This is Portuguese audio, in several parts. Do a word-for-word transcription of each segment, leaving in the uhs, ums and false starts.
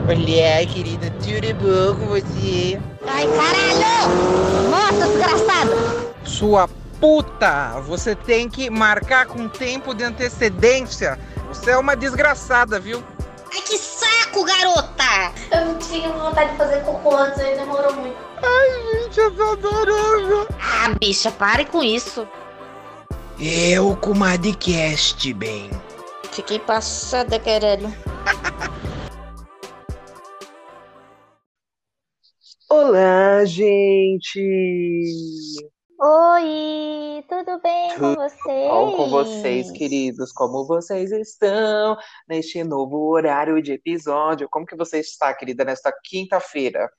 Olha, querida, tudo bom com você? Ai, caralho! Nossa, desgraçado! Sua puta! Você tem que marcar com tempo de antecedência. Você é uma desgraçada, viu? Ai, que saco, garota! Eu não tinha vontade de fazer cocô antes, aí demorou muito. Ai, gente, eu tô adorando. Ah, bicha, pare com isso. Eu com uma podcast, bem. Fiquei passada, caralho. Olá, gente! Oi, tudo bem com Tudo vocês? bom com vocês, queridos? Como vocês estão neste novo horário de episódio? Como que você está, querida, nesta quinta-feira?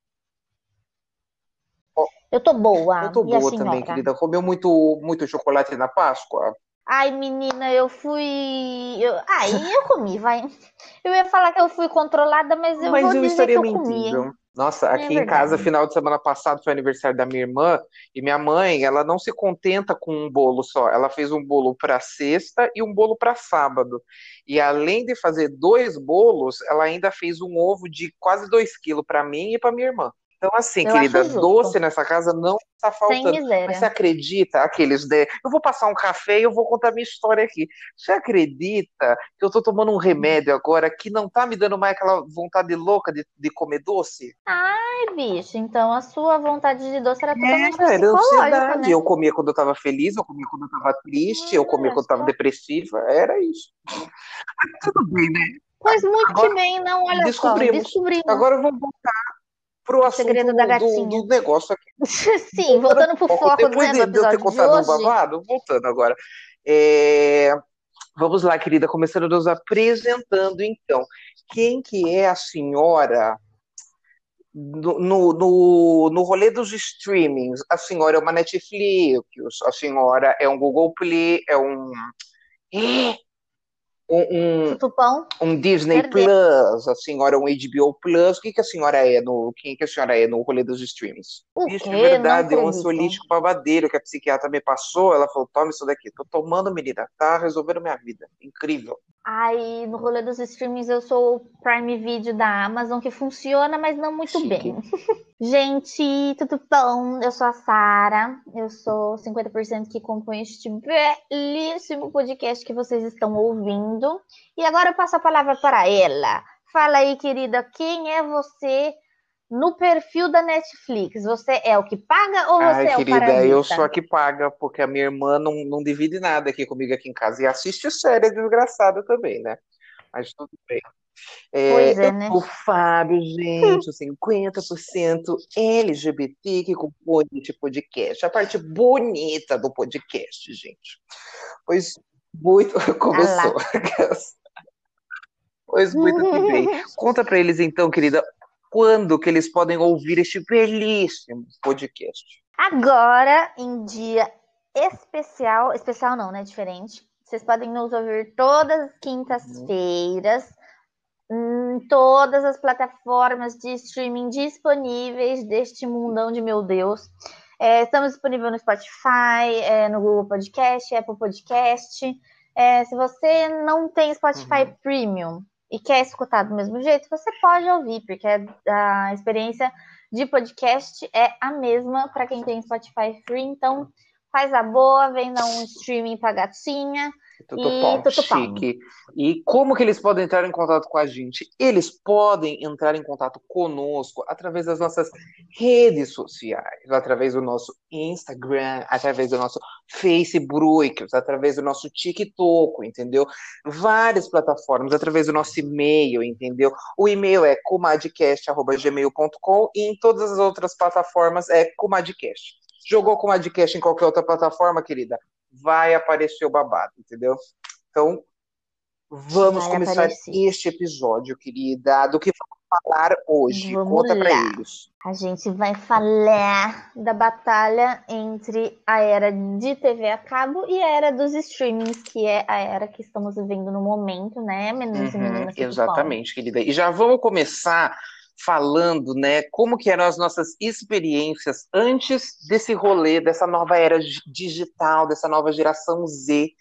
Eu tô boa. Eu tô E a boa também, senhora? querida. Comeu muito, muito chocolate na Páscoa? Ai, menina, eu fui. Eu... Aí eu comi, vai. Eu ia falar que eu fui controlada, mas eu Mas vou eu dizer estaria que eu comi, hein? mentindo. Nossa, É aqui em casa, verdade. final de semana passado, foi aniversário da minha irmã, e minha mãe, ela não se contenta com um bolo só. Ela fez um bolo para sexta e um bolo para sábado. E além de fazer dois bolos, ela ainda fez um ovo de quase dois quilos para mim e para minha irmã. Então, assim, Eu acho querida, doce justo. nessa casa não está Sem faltando. Mas você miséria. acredita, aqueles de... Eu vou passar um café e eu vou contar minha história aqui. Você acredita que eu tô tomando um remédio agora que não tá me dando mais aquela vontade louca de, de comer doce? Ai, bicho, então a sua vontade de doce era totalmente É, era psicológica, ansiedade. né? Eu comia quando eu tava feliz, eu comia quando eu tava triste, eu comia Olha quando eu tava só. depressiva. Era isso. Tudo bem, né? Pois muito que Agora bem, não, olha só, descobrimos. descobrimos Agora vamos pro o segredo da assunto do, gatinha. do negócio aqui. Sim, Voltando voltando pro pro foco, foco, depois né, do de, de eu ter episódio de contado o hoje. babado, voltando agora. É, Vamos lá, querida, começando nos apresentando, então. Quem que é a senhora no, no, no, no rolê dos streamings? A senhora é uma Netflix, a senhora é um Google Play, é um, um, um, Tutupão, um Disney perdeu. Plus, a senhora é um H B O Plus. O que, que a senhora é no, quem que a senhora é no rolê dos streamings? O Isso é quê? Não verdade, é um acredito. ansiolítico babadeiro que a psiquiatra me passou. Ela falou: toma isso daqui. Tô tomando, menina, tá resolvendo minha vida. Incrível. Aí, no rolê dos streamings, eu sou o Prime Video da Amazon, que funciona, mas não muito Chique. bem. Gente, tudo bom? Eu sou a Sara, eu sou cinquenta por cento que compõe este belíssimo podcast que vocês estão ouvindo. E agora eu passo a palavra para ela. Fala aí, querida, quem é você no perfil da Netflix? Você é o que paga ou você Ai, é o querida, eu parasita? sou a que paga, porque a minha irmã não, não divide nada aqui comigo aqui em casa. E assiste série desgraçada também, né? Mas tudo bem. Pois É, é, eu né? sou o Fábio, gente, o cinquenta por cento L G B T que compõe este podcast. A parte bonita do podcast, gente. Pois muito Ah começou. lá. Pois muito que bem. Conta pra eles então, querida, quando que eles podem ouvir este belíssimo podcast? Agora, em dia especial, especial não, né? Diferente. Vocês podem nos ouvir todas as quintas-feiras, em todas as plataformas de streaming disponíveis deste mundão de meu Deus. É, estamos disponíveis no Spotify, é, no Google Podcast, Apple Podcast. É, se você não tem Spotify Uhum. Premium e quer escutar do mesmo jeito, você pode ouvir, porque a experiência de podcast é a mesma para quem tem Spotify Free. Então, faz a boa, vem dar um streaming pra gatinha. E Tutupão, tutupão. chique. E como que eles podem entrar em contato com a gente? Eles podem entrar em contato conosco através das nossas redes sociais, através do nosso Instagram, através do nosso Facebook, através do nosso TikTok, entendeu? Várias plataformas, através do nosso e-mail, entendeu? O e-mail é comadcast arroba gmail ponto com e em todas as outras plataformas é comadcast. Jogou comadcast em qualquer outra plataforma, querida? Vai aparecer o babado, entendeu? Então, vamos Vai começar aparecer. este episódio, querida. Do que vamos falar hoje? Vamos Conta pra lá. eles. A gente vai falar da batalha entre a era de T V a cabo e a era dos streamings, que é a era que estamos vivendo no momento, né, meninos e Uhum, meninas do Tupão? exatamente, querida. E já vamos começar falando, né, como que eram as nossas experiências antes desse rolê, dessa nova era digital, dessa nova geração Z,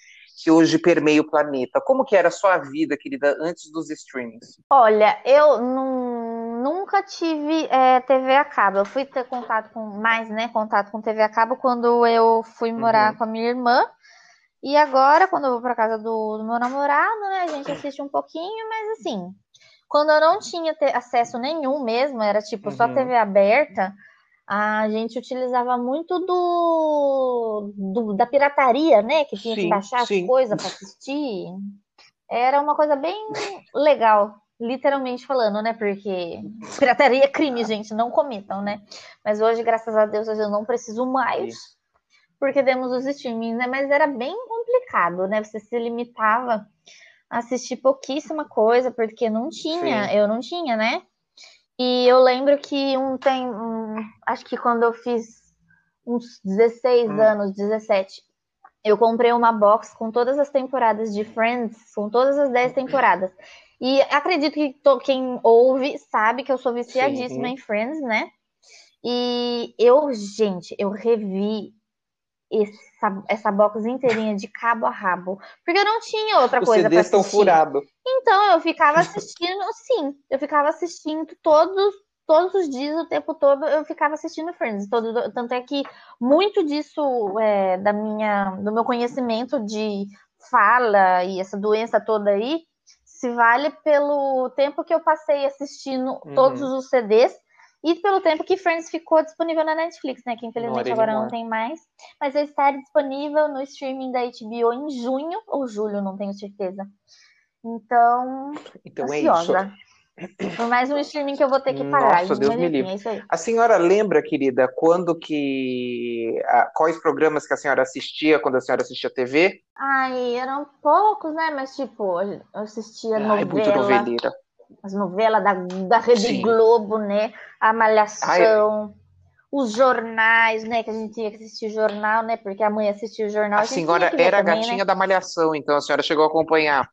que hoje permeia o planeta. Como que era a sua vida, querida, antes dos streamings? Olha, eu nu- nunca tive é, T V a cabo. Eu fui ter contato com mais, né? Contato com T V a cabo quando eu fui morar Uhum. com a minha irmã. E agora, quando eu vou pra casa do, do meu namorado, né? A gente assiste um pouquinho, mas assim, quando eu não tinha te- acesso nenhum mesmo, era tipo só Uhum. T V aberta, a gente utilizava muito do, do- da pirataria, né? Que tinha que Sim, baixar as sim. coisas para assistir. Era uma coisa bem legal, literalmente falando, né? Porque pirataria é crime, gente, não cometam, né? Mas hoje, graças a Deus, eu não preciso mais, Sim. porque temos os streamings, né? Mas era bem complicado, né? Você se limitava a assistir pouquíssima coisa, porque não tinha, Sim. eu não tinha, né? E eu lembro que um tem, um, acho que quando eu fiz uns dezesseis Hum. anos, dezessete, eu comprei uma box com todas as temporadas de Friends, com todas as dez temporadas. E acredito que to- quem ouve sabe que eu sou viciadíssima Sim. em Friends, né? E eu, gente, eu revi essa, essa box inteirinha de cabo a rabo, porque eu não tinha outra Os coisa para C Ds estão assistir. furados. Então eu ficava assistindo, sim, eu ficava assistindo todos, todos os dias, o tempo todo, eu ficava assistindo Friends. Todo, tanto é que muito disso é, da minha, do meu conhecimento de fala e essa doença toda aí se vale pelo tempo que eu passei assistindo todos Uhum. os C Ds e pelo tempo que Friends ficou disponível na Netflix, né? Que Not infelizmente agora não anymore. tem mais. Mas vai estar disponível no streaming da H B O em junho ou julho, não tenho certeza. Então, Então é isso. ansiosa. Por mais um streaming que eu vou ter que pagar. Nossa, Deus Mas me enfim, livre. é isso aí. A senhora lembra, querida, quando que. a- quais programas que a senhora assistia quando a senhora assistia T V? Ai, eram poucos, né? Mas tipo, eu assistia Ai, muito novela, noveleira. as novelas da, da Rede Sim. Globo, né? A Ai, Malhação, os jornais, né? Que a gente tinha que assistir jornal, né? Porque a mãe assistia o jornal, a a gente tinha senhora que ver era a também, né? gatinha da Malhação, então a senhora chegou a acompanhar.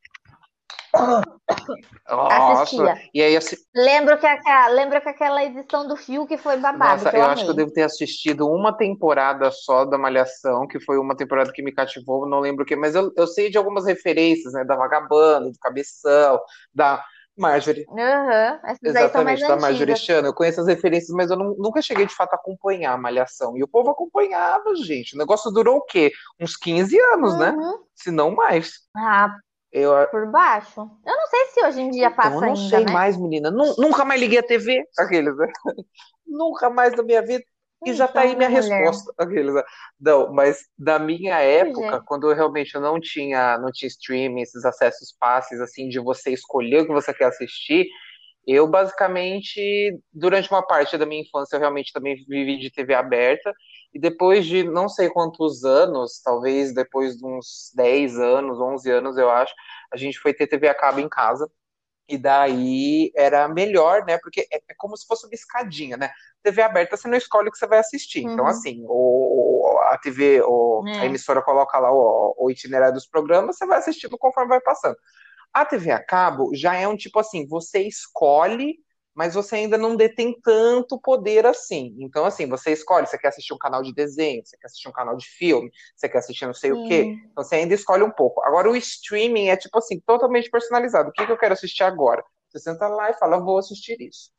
Nossa, Assistia. e aí assim, Lembro que, aquela, lembro que aquela edição do Fio que foi babado, nossa, que eu eu acho que eu amei. devo ter assistido uma temporada só da Malhação, que foi uma temporada que me cativou, não lembro o que, mas eu, eu sei de algumas referências, né, da Vagabanda, do Cabeção, da Marjorie. Uhum. Essas aí são mais Exatamente, da Marjorie antigas. este ano. Eu conheço as referências, mas eu não- nunca cheguei de fato a acompanhar a Malhação. E o povo acompanhava, gente. O negócio durou o quê? Uns quinze anos, né? Uhum. Se não mais. Ah, Eu, por baixo. Eu não sei se hoje em dia então, eu passa não ainda, sei né? mais, menina. Nu- nunca mais liguei a T V, aqueles, né? Nunca mais na minha vida. E já tá aí Então, né, minha mulher? resposta, aqueles, né? Não, mas da minha Pois época, é. quando eu realmente não tinha, não tinha streaming, esses acessos fáceis, assim, de você escolher o que você quer assistir, eu, basicamente, durante uma parte da minha infância, eu realmente também vivi de T V aberta. E depois de não sei quantos anos, talvez depois de uns dez anos, onze anos, eu acho, a gente foi ter T V a cabo em casa. E daí era melhor, né? Porque é, é como se fosse uma escadinha, né? T V aberta você não escolhe o que você vai assistir. Então, Uhum. assim, o, a T V, o, a É. emissora coloca lá o, o itinerário dos programas, você vai assistindo conforme vai passando. A T V a cabo já é um tipo assim, você escolhe, mas você ainda não detém tanto poder assim. Então, assim, você escolhe, você quer assistir um canal de desenho, você quer assistir um canal de filme, você quer assistir não sei o quê. Sim. Então, você ainda escolhe um pouco. Agora, o streaming é tipo assim, totalmente personalizado. O que, que eu quero assistir agora? Você senta lá e fala, vou assistir isso.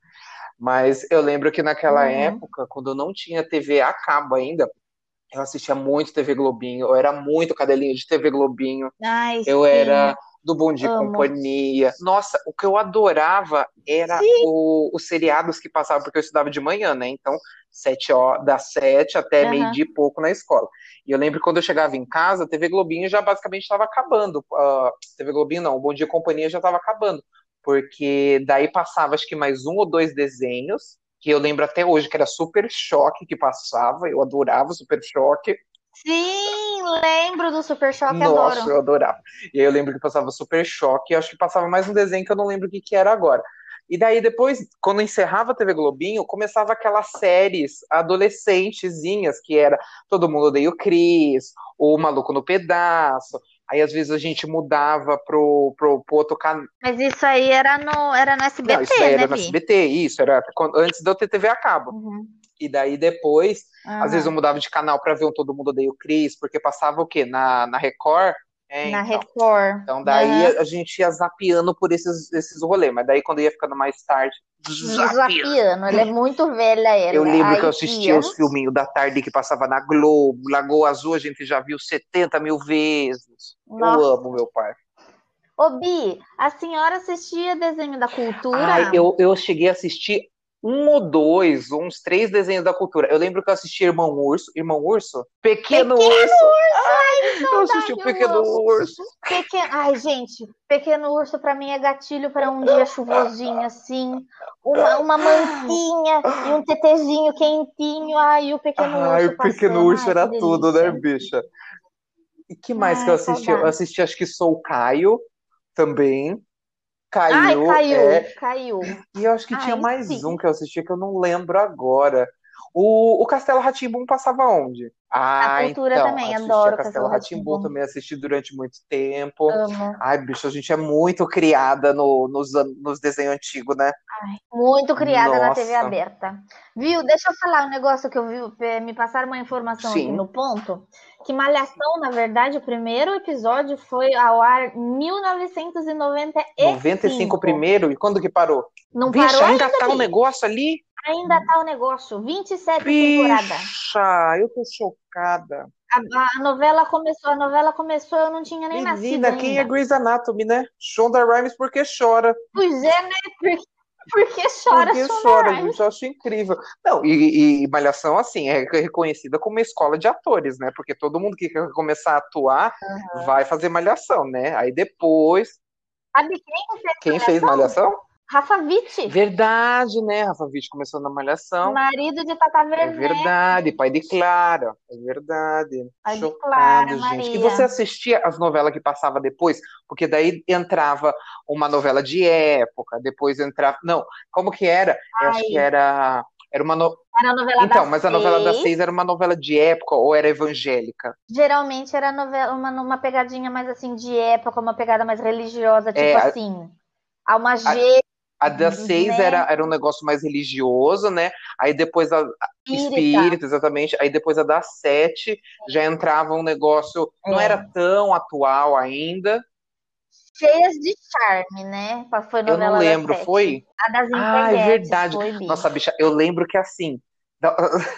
Mas eu lembro que naquela Uhum. época, quando eu não tinha T V a cabo ainda, eu assistia muito T V Globinho, eu era muito cadelinha de T V Globinho. Ai, Eu sim. era do Bom Dia e Amo. Companhia. Nossa, o que eu adorava era Sim. o- os seriados que passavam, porque eu estudava de manhã, né? Então, sete horas, das sete até Aham. meio-dia e pouco na escola. E eu lembro que quando eu chegava em casa, a T V Globinho já basicamente estava acabando. Uh, T V Globinho não, o Bom Dia e Companhia já estava acabando. Porque daí passava acho que mais um ou dois desenhos, que eu lembro até hoje que era Super Choque que passava, eu adorava Super Choque. Sim, lembro do Super Choque, Nossa, adoro. eu adorava. E aí eu lembro que passava Super Choque, e acho que passava mais um desenho que eu não lembro o que, que era agora. E daí depois, quando encerrava a T V Globinho, começava aquelas séries adolescentezinhas, que era Todo Mundo Odeia o Chris, o Maluco no Pedaço. Aí às vezes a gente mudava pro, pro, pro outro canal. Mas isso aí era no, era no Não, isso daí S B T, era né, no Bi? S B T, isso, era quando- antes de eu ter T V a cabo. Uhum. E daí depois, às vezes eu Aham. mudava de canal pra ver um Todo Mundo Odeia o Chris, porque passava o quê? Na, na Record, É, Na então. Record. Então daí Aham. a gente ia zapeando por esses, esses rolês, mas daí quando ia ficando mais tarde, zapeando. Zapiano, ela é muito velha, Eu ela. lembro que eu Aí, assistia tia. os filminhos da tarde que passava na Globo, Lagoa Azul, a gente já viu setenta mil vezes. Eu Nossa. amo meu pai. Ô, Bi, a senhora assistia desenho da Ai, cultura? eu, eu cheguei a assistir um ou dois, ou uns três desenhos da cultura. Eu lembro que eu assisti Irmão Urso. Irmão Urso? Pequeno Pequeno Urso! Urso, ai, que Eu assisti o saudade, eu Pequeno amo. Urso. Pequeno... Ai, gente, Pequeno Urso pra mim é gatilho para um dia chuvosinho assim, uma, uma mantinha e um tetezinho quentinho. Ai, o Pequeno Ai, Urso o Pequeno passando, Urso ai, que era tudo, né, delícia. bicha? E que mais que eu Ai, assisti? Eu saudade. assisti, acho que Sou o Caio também. Ai, Caiu, caiu, é. caiu. E eu acho que tinha Ai, mais um sim. que eu assisti que eu não lembro agora. O, o Castelo Rá passava onde? A Ah, cultura então, também, assistia adoro Castelo Castelo Rá rá tim também assisti durante muito tempo. Amo. Ai, bicho, a gente é muito criada no, nos, an- nos desenhos antigos, né? Muito criada na T V Nossa, aberta. Viu? Deixa eu falar um negócio que eu vi, eh, me passaram uma informação aqui sim. no ponto, que Malhação, na verdade, o primeiro episódio foi ao ar em mil novecentos e noventa e noventa e cinco cinco. primeiro, e quando que parou? Não Bicho, parou ainda ainda, tá o Bi? negócio ali? Ainda tá o negócio. vinte e sete temporadas. Bicha, eu tô chocada. A, a novela começou, a novela começou, eu não tinha nem nascido Menina, quem é ainda. Grey's Anatomy, né? Shonda Rhimes porque chora. Pois é, né? Porque, porque chora Porque Shonda chora, Rhimes. gente, eu acho incrível. Não, e, e Malhação, assim, é reconhecida como uma escola de atores, né? Porque todo mundo que quer começar a atuar vai fazer Malhação, né? Aí depois, Sabe quem fez quem fez Malhação? Malhação? Rafa Witt, Verdade, né? Rafa Witt começou na Malhação. marido de Tata É Werneck. verdade, pai de Clara. É verdade. Pai de Clara, Chocado, gente. E você Maria. assistia as novelas que passava depois? Porque daí entrava uma novela de época, depois entrava. Não, como que era? Eu acho que Ai, era. Era uma no... era a novela Então, das mas a novela das seis. seis era uma novela de época ou era evangélica? Geralmente era novela, uma, uma pegadinha mais assim de época, uma pegada mais religiosa, tipo É, a, assim, Alma a, G, a das seis né? era, era um negócio mais religioso, né? Aí depois a, a- Espírita. espírita, exatamente. Aí depois a das sete já entrava um negócio, não era É. tão atual ainda. Cheias de charme, né? Foi Eu não novela das lembro, sete. foi? A das Ah, é empreguetes, verdade. foi, Bi. Nossa, bicha, eu lembro que assim, da-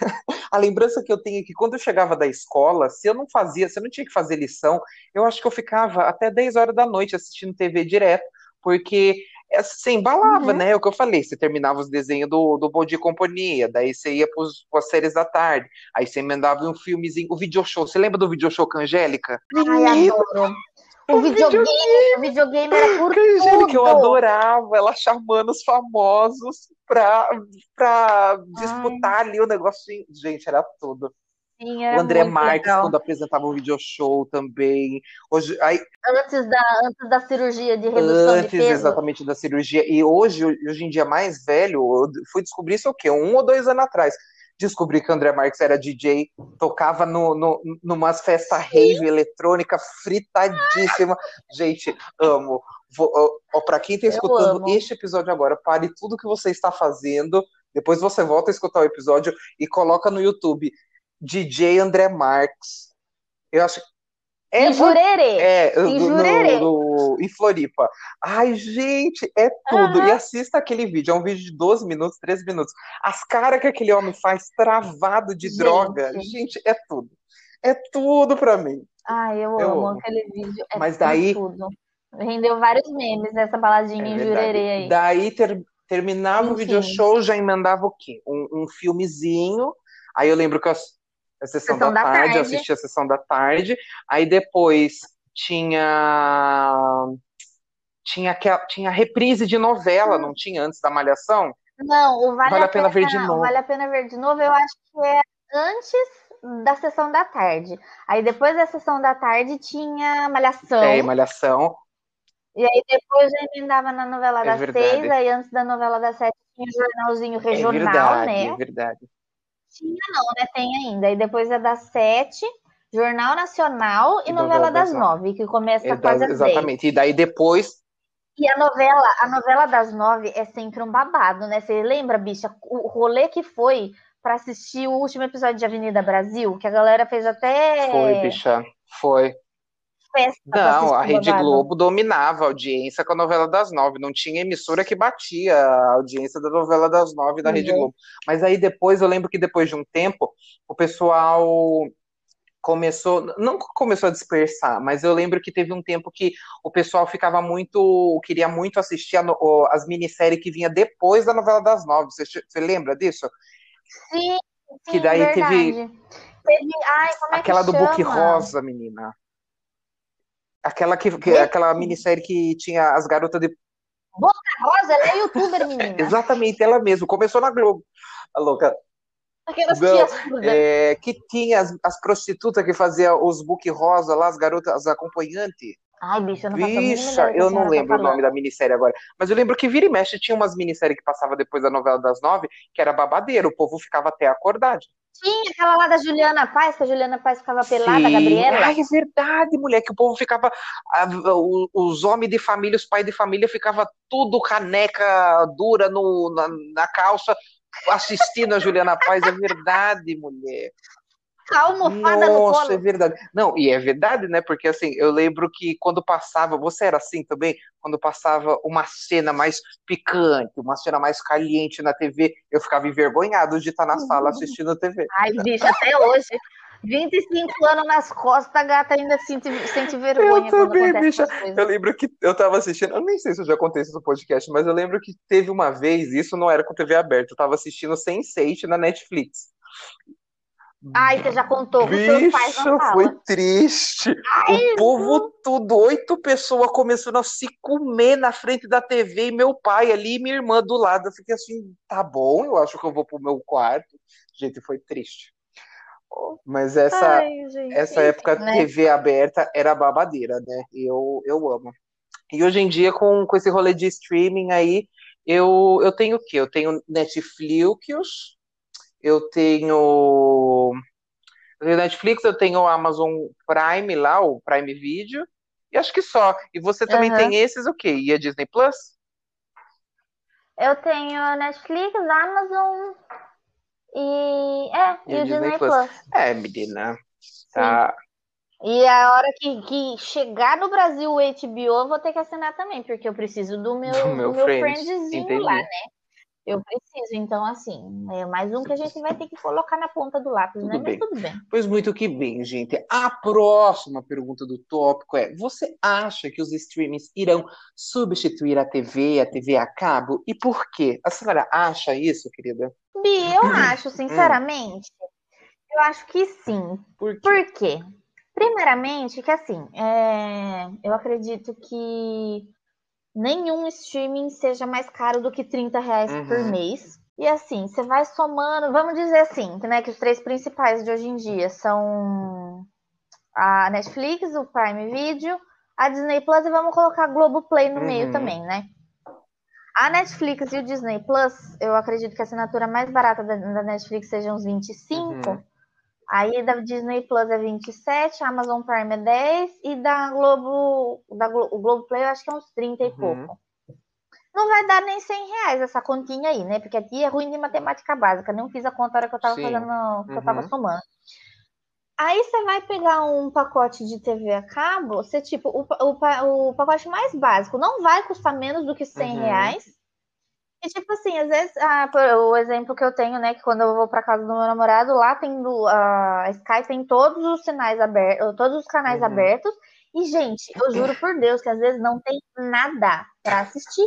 a lembrança que eu tenho é que quando eu chegava da escola, se eu não fazia, se eu não tinha que fazer lição, eu acho que eu ficava até dez horas da noite assistindo T V direto, porque é, você embalava, Uhum. né? É o que eu falei, você terminava os desenhos do, do Bom Dia e Companhia, daí você ia para as séries da tarde, aí você emendava um filmezinho, o video show. Você lembra do video show com a Angélica? Ai, Menina, adoro. O o video videogame, o videogame era por que a Angélica eu tudo. adorava, ela chamando os famosos pra, pra Ai, disputar ali o negócio. Gente, era tudo. sim, O era André muito Marques, legal. quando apresentava o video show também. Hoje, aí, Antes da, antes da cirurgia de redução de antes peso, exatamente da cirurgia. E hoje, hoje em dia, mais velho, eu fui descobrir isso o quê? Um ou dois anos atrás. Descobri que o André Marques era D J, tocava no, no, numas festas rave eletrônica fritadíssima. Gente, amo. Vou, ó, ó, pra quem tá eu escutando amo. este episódio agora, pare tudo que você está fazendo. Depois você volta a escutar o episódio e coloca no YouTube D J André Marques. Eu acho é, Em Jurerê. é Em no, no, Jurerê. no- em Floripa. Ai, gente, é tudo. E Aham. assista aquele vídeo, é um vídeo de doze minutos, treze minutos. As caras que aquele homem faz travado de droga, Gente, gente, é tudo. É tudo pra mim. ai, eu Eu amo amo. aquele vídeo. É Mas por daí, tudo. Rendeu vários memes nessa é baladinha em verdade. Jurerê aí. Daí ter- terminava o video Enfim, show, já emendava o quê? Um, um filmezinho. Aí eu lembro que eu, a sessão da sessão da tarde, eu tarde. assistia a sessão da tarde. Aí depois tinha tinha, aquela, tinha reprise de novela, não tinha antes da Malhação? Não, o Vale Vale a a pena ver de Pena, o novo. Vale a Pena Ver de Novo, eu acho que é antes da sessão da tarde. Aí depois da sessão da tarde tinha É, Malhação. Malhação, E aí depois já emendava na novela é das seis, verdade. aí antes da novela das sete tinha jornalzinho É regional, verdade, é né? verdade. Tinha não, né? Tem ainda. Aí depois é das sete, Jornal Nacional e E novela novela das das nove. nove, que começa É das- quase às dez. exatamente. E daí depois. E a novela, a novela das nove é sempre um babado, né? Você lembra, bicha, o rolê que foi para assistir o último episódio de Avenida Brasil, que a galera fez Foi, até bicha. Foi. festa pra Não, a assistir o Rede babado. Globo dominava a audiência com a novela das nove. Não tinha emissora que batia a audiência da novela das nove da Rede Uhum. Globo. Mas aí depois, eu lembro que depois de um tempo, o pessoal começou, não começou a dispersar, mas eu lembro que teve um tempo que o pessoal ficava muito, queria muito assistir a no- o- as minisséries que vinha depois da novela das nove. Você, che- você lembra disso? Sim, Que sim, daí teve verdade. Teve, ai, como é que aquela do Book chama? Rosa, menina. Aquela que, que- Re- aquela minissérie que tinha as garotas de. Boca Rosa, ela é youtuber, menina. Exatamente ela mesma. Começou na Globo. A louca. Aquelas Não, tias surdas. é, que tinha as, as prostitutas que faziam os book rosa lá, as garotas, as acompanhantes. Ai, bicho, eu não faço a mínima Bicha, ideia do que a eu não senhora tá lembro o nome falando. da minissérie agora. Mas eu lembro que vira e mexe tinha umas minisséries que passava depois da novela das nove, que era babadeiro. O povo ficava até acordado. Tinha aquela lá da Juliana Paz, que a Juliana Paz ficava pelada, a Sim. Gabriela. Ai, é verdade, mulher, que o povo ficava. a- o- os homens de família, os pais de família, ficava tudo caneca dura no, na, na calça, assistindo a Juliana Paz. É verdade, mulher. Com a almofada no Nossa, é colo. verdade. Não, e é verdade, né? Porque assim, eu lembro que quando passava, você era assim também, quando passava uma cena mais picante, uma cena mais caliente na T V, eu ficava envergonhado de estar na sala assistindo a T V. Ai, bicho, até hoje. vinte e cinco anos nas costas, a gata ainda sente, sente Eu vergonha quando também, acontece bicha. essas coisas. Eu lembro que eu tava assistindo, eu nem sei se eu já contei isso no podcast, mas eu lembro que teve uma vez, isso não era com T V aberta, eu tava assistindo sense eight na Netflix. Ai, você já contou com seus pais na Bicha, foi sala. triste. O Ai, povo tudo, oito pessoas começando a se comer na frente da T V e meu pai ali e minha irmã do lado. Eu fiquei assim, tá bom, eu acho que eu vou pro meu quarto. Gente, foi triste. Mas essa ai, gente. essa época Enfim, né? T V aberta era babadeira, né? Eu, eu amo. E hoje em dia, com, com esse rolê de streaming aí, eu, eu tenho o quê? Eu tenho Netflix, eu tenho eu tenho Netflix, eu tenho o Amazon Prime lá, o Prime Video, e acho que só. E você também tem Aham. esses o quê? E a Disney Plus? Eu tenho a Netflix, Amazon e. É, E o e o Disney Disney Plus. Plus. É, menina, Sim. tá. E a hora que, que chegar no Brasil o H B O, eu vou ter que assinar também, porque eu preciso do Do meu, do meu meu Friends, friendzinho lá. entendi. Eu preciso, então, assim, é mais um que a gente vai ter que colocar na ponta do lápis, né? Tudo Mas bem. tudo bem. Pois muito que bem, gente. A próxima pergunta do tópico é: você acha que os streamings irão substituir a T V, a T V a cabo? E por quê? A senhora acha isso, querida? Bi, eu acho, Hum, sinceramente, eu acho que sim. por quê? Por quê? Primeiramente, que assim, é, eu acredito que nenhum streaming seja mais caro do que trinta reais por Uhum, mês. E assim, você vai somando, vamos dizer assim, né, que os três principais de hoje em dia são a Netflix, o Prime Video, a Disney Plus e vamos colocar a Globoplay no meio uhum, também, né? A Netflix e o Disney Plus, eu acredito que a assinatura mais barata da, da Netflix seja uns vinte e cinco. uhum, Aí da Disney Plus é vinte e sete, a Amazon Prime é dez e da Globo, da Glo, o Globoplay eu acho que é uns trinta e uhum. pouco. Não vai dar nem cem reais essa continha aí, né? Porque aqui é ruim de matemática básica. Não fiz a conta na hora que eu tava Sim. fazendo, que eu tava Uhum, somando. Aí você vai pegar um pacote de T V a cabo, você, tipo, o, o, o pacote mais básico não vai custar menos do que cem uhum, reais. E, tipo assim, às vezes, ah, o exemplo que eu tenho, né, que quando eu vou pra casa do meu namorado, lá tem do, a Sky tem todos os sinais abertos, todos os canais uhum. abertos. E, gente, eu juro por Deus que às vezes não tem nada pra assistir.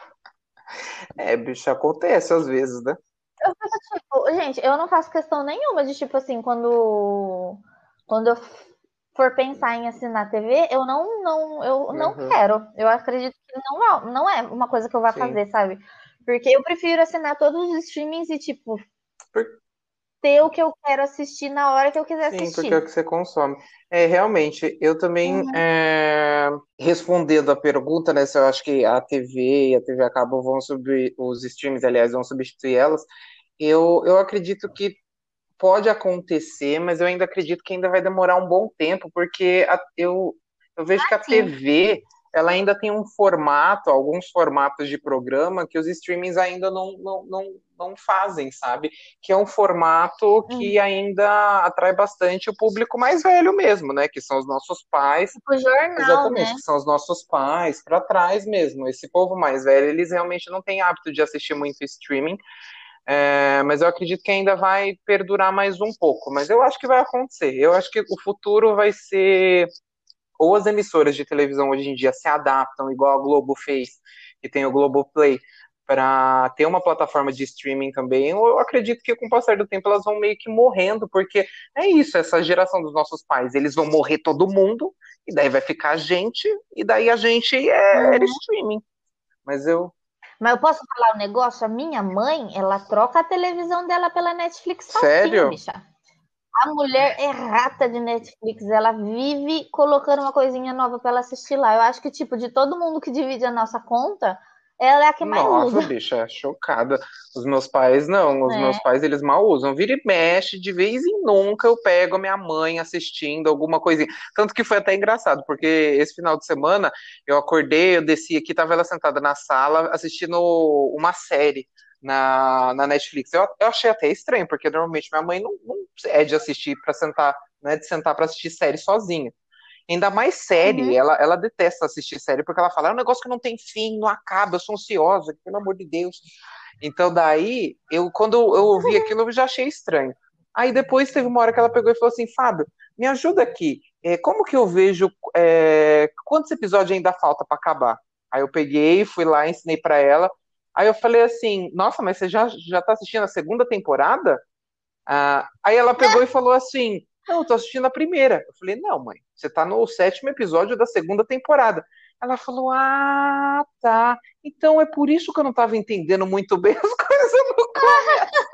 É, bicho, acontece às vezes, né? Eu fico, tipo, gente, eu não faço questão nenhuma de, tipo assim, quando, quando eu for pensar em assinar T V, eu não, não, eu não Uhum, quero. Eu acredito que não é, não é uma coisa que eu vá sim. fazer, sabe? Porque eu prefiro assinar todos os streamings e, tipo, Por- ter o que eu quero assistir na hora que eu quiser sim, porque é o assistir. que você consome. É, realmente, eu também, Uhum. é, respondendo a pergunta, né, se eu acho que a T V e a T V a cabo vão subir, os streams, aliás, vão substituir elas, eu, eu acredito que pode acontecer, mas eu ainda acredito que ainda vai demorar um bom tempo, porque a- eu, eu vejo que a Sim. T V ela ainda tem um formato, alguns formatos de programa que os streamings ainda não, não, não, não fazem, sabe? Que é um formato Hum. que ainda atrai bastante o público mais velho mesmo, né? Que são os nossos pais. Tipo jornal, Exatamente, né? que são os nossos pais, para trás mesmo. Esse povo mais velho, eles realmente não têm hábito de assistir muito streaming, é, mas eu acredito que ainda vai perdurar mais um pouco. Mas eu acho que vai acontecer. Eu acho que o futuro vai ser. Ou as emissoras de televisão hoje em dia se adaptam, igual a Globo fez, que tem o Globoplay, para ter uma plataforma de streaming também, ou eu acredito que com o passar do tempo elas vão meio que morrendo, porque é isso, essa geração dos nossos pais, eles vão morrer todo mundo, e daí vai ficar a gente, e daí a gente é, era Uhum. streaming. Mas eu. Mas eu posso falar um negócio? A minha mãe, ela troca a televisão dela pela Netflix facinho, Sério? bicha. A mulher é rata de Netflix, ela vive colocando uma coisinha nova pra ela assistir lá. Eu acho que, tipo, de todo mundo que divide a nossa conta, ela é a que mais Nossa, usa. bicha, chocada. Os meus pais não, os meus É. pais eles mal usam. Vira e mexe, de vez em nunca eu pego a minha mãe assistindo alguma coisinha. Tanto que foi até engraçado, porque esse final de semana eu acordei, eu desci aqui, tava ela sentada na sala assistindo uma série na, na Netflix. Eu, eu achei até estranho, porque normalmente minha mãe não, não é de assistir pra sentar, né, de sentar pra assistir série sozinha. Ainda mais série, Uhum. ela, ela detesta assistir série porque ela fala, é um negócio que não tem fim, não acaba, eu sou ansiosa, pelo amor de Deus. Então daí, eu quando eu ouvi aquilo, eu já achei estranho. Aí depois teve uma hora que ela pegou e falou assim, Fábio, me ajuda aqui, é, como que eu vejo, é, quantos episódios ainda falta para acabar? Aí eu peguei, fui lá, ensinei para ela, aí eu falei assim, nossa, mas você já, já tá assistindo a segunda temporada? Ah, aí ela pegou e falou assim: Não, eu tô assistindo a primeira. Eu falei: Não, mãe, você tá no sétimo episódio da segunda temporada. Ela falou: Ah, tá. Então é por isso que eu não tava entendendo muito bem as coisas no começo.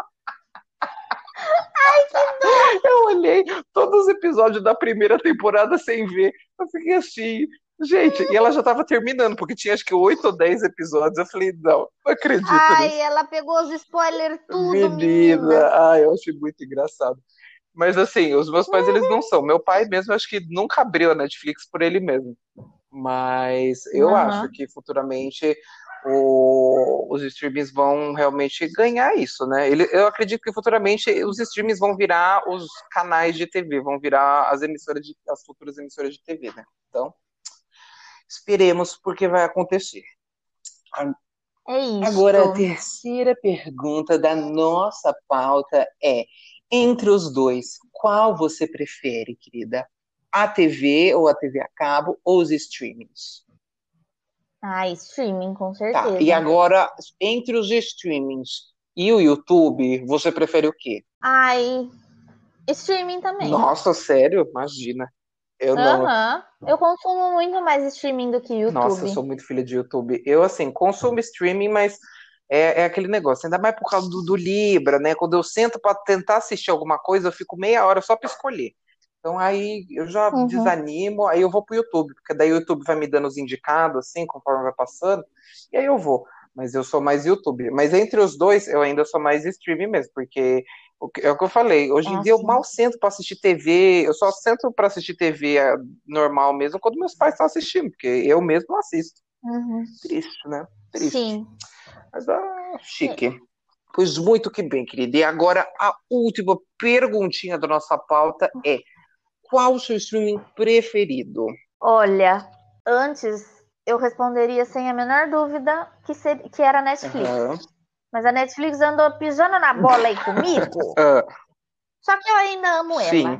Eu olhei todos os episódios da primeira temporada sem ver. Eu fiquei assim. Gente, e ela já tava terminando, porque tinha acho que oito ou dez episódios. Eu falei, não, não acredito Ai, nisso. ela pegou os spoilers tudo, menina. Menina, ai, eu achei muito engraçado. Mas assim, os meus pais eles não são. Meu pai mesmo acho que nunca abriu a Netflix por ele mesmo. Mas eu acho Aham. que futuramente o- os streamings vão realmente ganhar isso, né? Ele- eu acredito que futuramente os streamings vão virar os canais de T V, vão virar as emissoras de, as futuras emissoras de T V, né? Então, esperemos porque vai acontecer. É Agora, a isso. terceira pergunta da nossa pauta é: entre os dois, qual você prefere, querida? A T V ou a T V a cabo ou os streamings? Ah, streaming, com Tá, e certeza. agora, entre os streamings e o YouTube, você prefere o quê? Ai, streaming também. Nossa, sério? Imagina. Eu não. Aham. Eu consumo muito mais streaming do que Nossa, eu YouTube. sou muito filha de YouTube. Eu, assim, consumo streaming, mas é, é aquele negócio, ainda mais por causa do, do Libra, né? Quando eu sento para tentar assistir alguma coisa, eu fico meia hora só para escolher. Então aí eu já Uhum. desanimo, aí eu vou pro YouTube, porque daí o YouTube vai me dando os indicados, assim, conforme vai passando, e aí eu vou. Mas eu sou mais YouTube. Mas entre os dois, eu ainda sou mais streaming mesmo, porque o que- é o que eu falei, hoje É em dia eu assim. mal sento para assistir T V, eu só sento para assistir T V é, normal mesmo quando meus pais estão assistindo, porque eu mesmo não assisto. Uhum. Triste, né? Triste. Sim. Mas ah, chique. Pois muito que bem, querida. E agora a última perguntinha da nossa pauta é: qual o seu streaming preferido? Olha, antes eu responderia sem a menor dúvida que, ser, que era Netflix. Aham. Mas a Netflix andou pisando na bola aí comigo. Ah, Só que eu ainda amo sim. ela.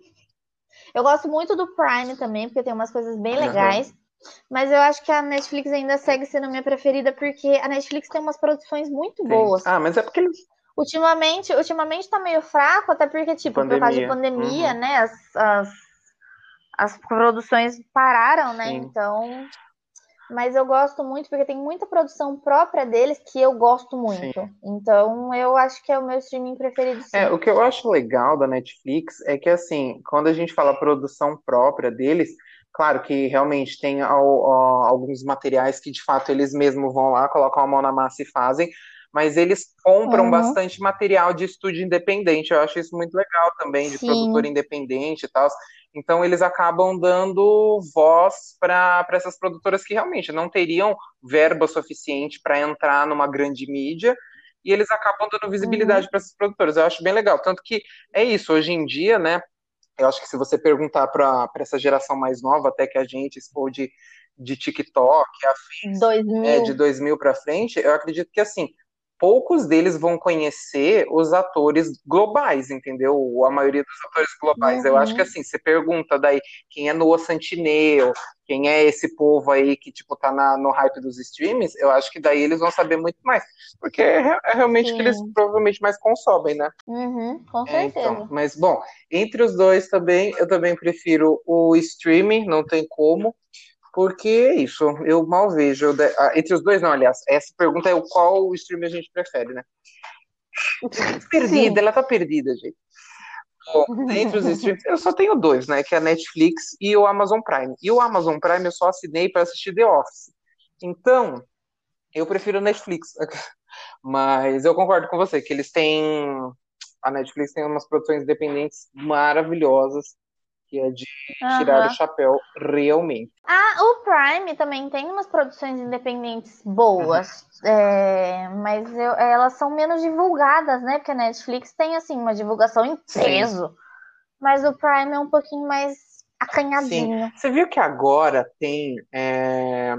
Eu gosto muito do Prime também, porque tem umas coisas bem Aham. legais. Mas eu acho que a Netflix ainda segue sendo minha preferida, porque a Netflix tem umas produções muito Tem. boas. Ah, mas é porque eles. Ultimamente, ultimamente tá meio fraco, até porque, tipo, por causa de Pandemia. pandemia, Uhum. né? As, as, as produções pararam, né? Sim. Então. Mas eu gosto muito, porque tem muita produção própria deles que eu gosto Sim. muito. Então, eu acho que é o meu streaming preferido, É, sim. o que eu acho legal da Netflix é que, assim, quando a gente fala produção própria deles, claro que realmente tem al- al- alguns materiais que, de fato, eles mesmos vão lá, colocam a mão na massa e fazem, mas eles compram Uhum. bastante material de estúdio independente. Eu acho isso muito legal também, de produtor Sim. independente e tal. Então eles acabam dando voz para para essas produtoras que realmente não teriam verba suficiente para entrar numa grande mídia, e eles acabam dando visibilidade Uhum. para essas produtoras. Eu acho bem legal. Tanto que é isso, hoje em dia, né? Eu acho que se você perguntar para essa geração mais nova, até que a gente, se for de, de TikTok, afins, Dois é, de mil. dois mil para frente, eu acredito que assim, poucos deles vão conhecer os atores globais, entendeu? A maioria dos atores globais. Eu acho que Uhum. assim, você pergunta daí quem é Noah Centineo, quem é esse povo aí que tipo tá na, no hype dos streams, eu acho que daí eles vão saber muito mais, porque é, re- é realmente que eles Sim. provavelmente mais consomem, né? Uhum. Com É, então, certeza. mas bom, entre os dois também, eu também prefiro o streaming, não tem como, porque é isso, eu mal vejo. de- ah, Entre os dois, não, aliás, essa pergunta é o qual o streaming a gente prefere, né? Perdida, Sim. ela tá perdida, gente. Bom, entre os streams, eu só tenho dois, né? Que é a Netflix e o Amazon Prime. E o Amazon Prime eu só assinei para assistir The Office. Então, eu prefiro o Netflix. Mas eu concordo com você, que eles têm. A Netflix tem umas produções independentes maravilhosas, que é de tirar o Aham. chapéu realmente. Ah, o Prime também tem umas produções independentes Uhum. boas, é, mas eu- elas são menos divulgadas, né? Porque a Netflix tem assim uma divulgação em Sim, peso, mas o Prime é um pouquinho mais sim. acanhadinho. Você viu que agora tem é,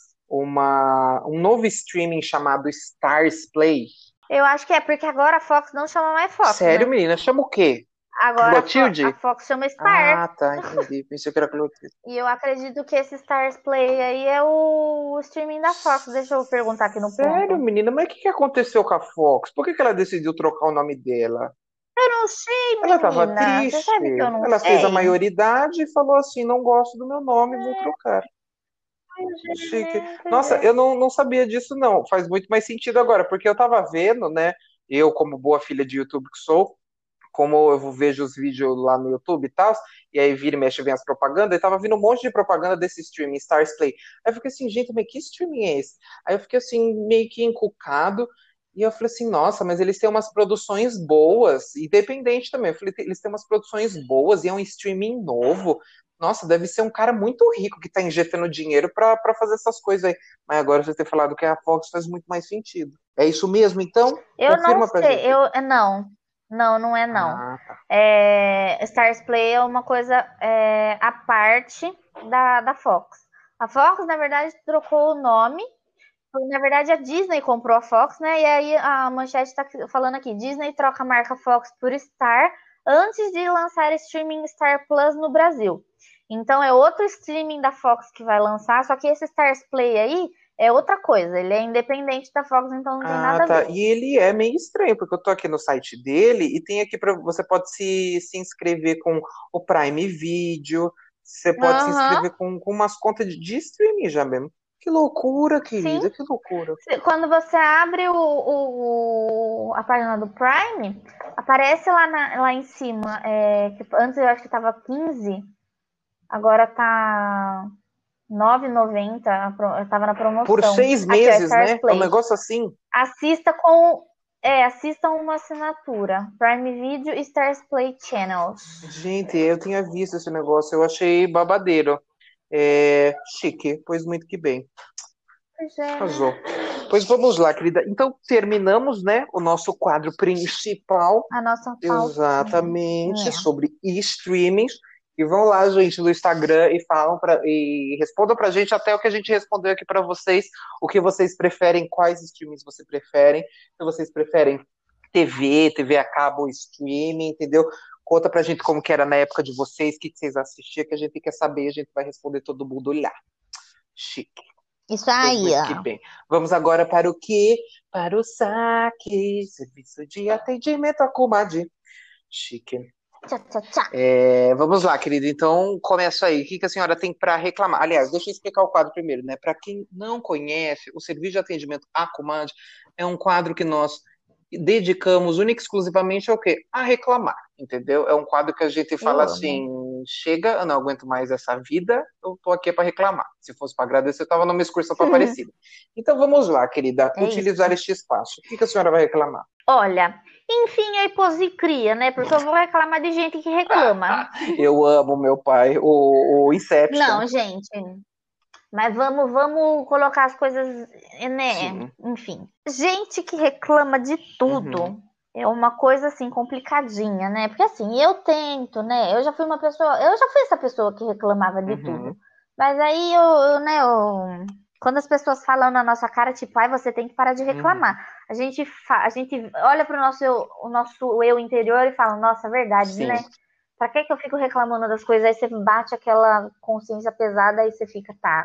uma, um novo streaming chamado Stars Play? Eu acho que é porque agora a Fox não chama mais Fox, Sério, né? menina? Chama o quê? Agora a, Fo- a Clotilde? Fox chama Star. Ah, tá, entendi. Pensei que era Clotilde. E eu acredito que esse Stars Play aí é o streaming da Fox. Deixa eu perguntar aqui no Sério, ponto. menina? Mas o que que aconteceu com a Fox? Por que que ela decidiu trocar o nome dela? Eu não sei, Ela estava menina. Você triste. sabe que eu não Ela fez a sei? maioridade e falou assim: não gosto do meu nome, vou trocar. Chique. Pois Nossa, é. eu não, não sabia disso, não. Faz muito mais sentido agora, porque eu tava vendo, né? Eu, como boa filha de YouTube que sou, como eu vejo os vídeos lá no YouTube e tal, e aí vira e mexe, vem as propagandas, e tava vindo um monte de propaganda desse streaming, Stars Play. Aí eu fiquei assim, gente, mas que streaming é esse? Aí eu fiquei assim, meio que encucado, e eu falei assim, nossa, mas eles têm umas produções boas, independente também. Eu falei, eles têm umas produções boas e é um streaming novo. Nossa, deve ser um cara muito rico que tá injetando dinheiro pra, pra fazer essas coisas aí. Mas agora você ter falado que a Fox faz muito mais sentido. É isso mesmo, então? Eu não Confirma pra sei, gente. eu é, não, não, não é não. Ah, tá. É, Stars Play é uma coisa é, à parte da, da Fox. A Fox, na verdade, trocou o nome. Na verdade, a Disney comprou a Fox, né? E aí a manchete está falando aqui: Disney troca a marca Fox por Star antes de lançar streaming Star Plus no Brasil. Então é outro streaming da Fox que vai lançar, só que esse Stars Play aí é outra coisa. Ele é independente da Fox, então não tem Ah, nada a tá. ver. E ele é meio estranho, porque eu tô aqui no site dele e tem aqui para você pode se, se inscrever com o Prime Video, você pode se Aham, inscrever com, com umas contas de, de streaming já mesmo. Que loucura, sim. querida, que loucura. Quando você abre o, o- a página do Prime, aparece lá, na- lá em cima. É, que antes eu acho que tava quinze, agora tá nove e noventa, a pro- tava na Por promoção. seis Aqui, ó, meses, Stars né? É um Play. negócio assim. Assista com. É, assista uma assinatura. Prime Video e Stars Play Channels. Gente, eu tinha visto esse negócio, eu achei babadeiro. É, chique, pois muito que bem. Pois é, né? Arrasou. Pois vamos lá, querida. Então terminamos, né, o nosso quadro principal. A nossa pautinha. Exatamente, É. sobre streamings. E vão lá, gente, no Instagram e falam pra, e respondam pra gente até o que a gente respondeu aqui pra vocês, o que vocês preferem, quais streamings vocês preferem, se vocês preferem T V, T V a cabo, streaming, entendeu? Conta pra gente como que era na época de vocês, o que que vocês assistiam, que a gente quer saber, a gente vai responder todo mundo lá. Chique. Isso Pois aí, muito que ó. bem. Vamos agora para o quê? Para o saque, serviço de atendimento a comadre. Chique. Tchau, tchau, tchau. É, vamos lá, querida. Então, começa aí. O que que a senhora tem para reclamar? Aliás, deixa eu explicar o quadro primeiro, né? Para quem não conhece, o serviço de atendimento à comadre é um quadro que nós dedicamos única e exclusivamente ao quê? A reclamar, entendeu? É um quadro que a gente Eu fala amo. assim: chega, eu não aguento mais essa vida, eu tô aqui para reclamar. Se fosse para agradecer, eu estava numa excursão para Aparecida. Então, vamos lá, querida, É utilizar isso. este espaço. O que que a senhora vai reclamar? Olha, Enfim, a hiposicria, né? Porque eu vou reclamar de gente que reclama. Eu amo meu pai, o, o Inception. Não, gente. Mas vamos, vamos colocar as coisas, né? Sim. Enfim. Gente que reclama de tudo. Uhum. É uma coisa assim complicadinha, né? Porque assim, eu tento, né? Eu já fui uma pessoa, eu já fui essa pessoa que reclamava de Uhum. tudo. Mas aí eu, eu, né, eu, quando as pessoas falam na nossa cara, tipo, ai, você tem que parar de reclamar. Uhum. A gente fa- a gente olha pro nosso eu, o nosso eu interior e fala, nossa, verdade, Sim. né? Pra que que eu fico reclamando das coisas? Aí você bate aquela consciência pesada e você fica, tá,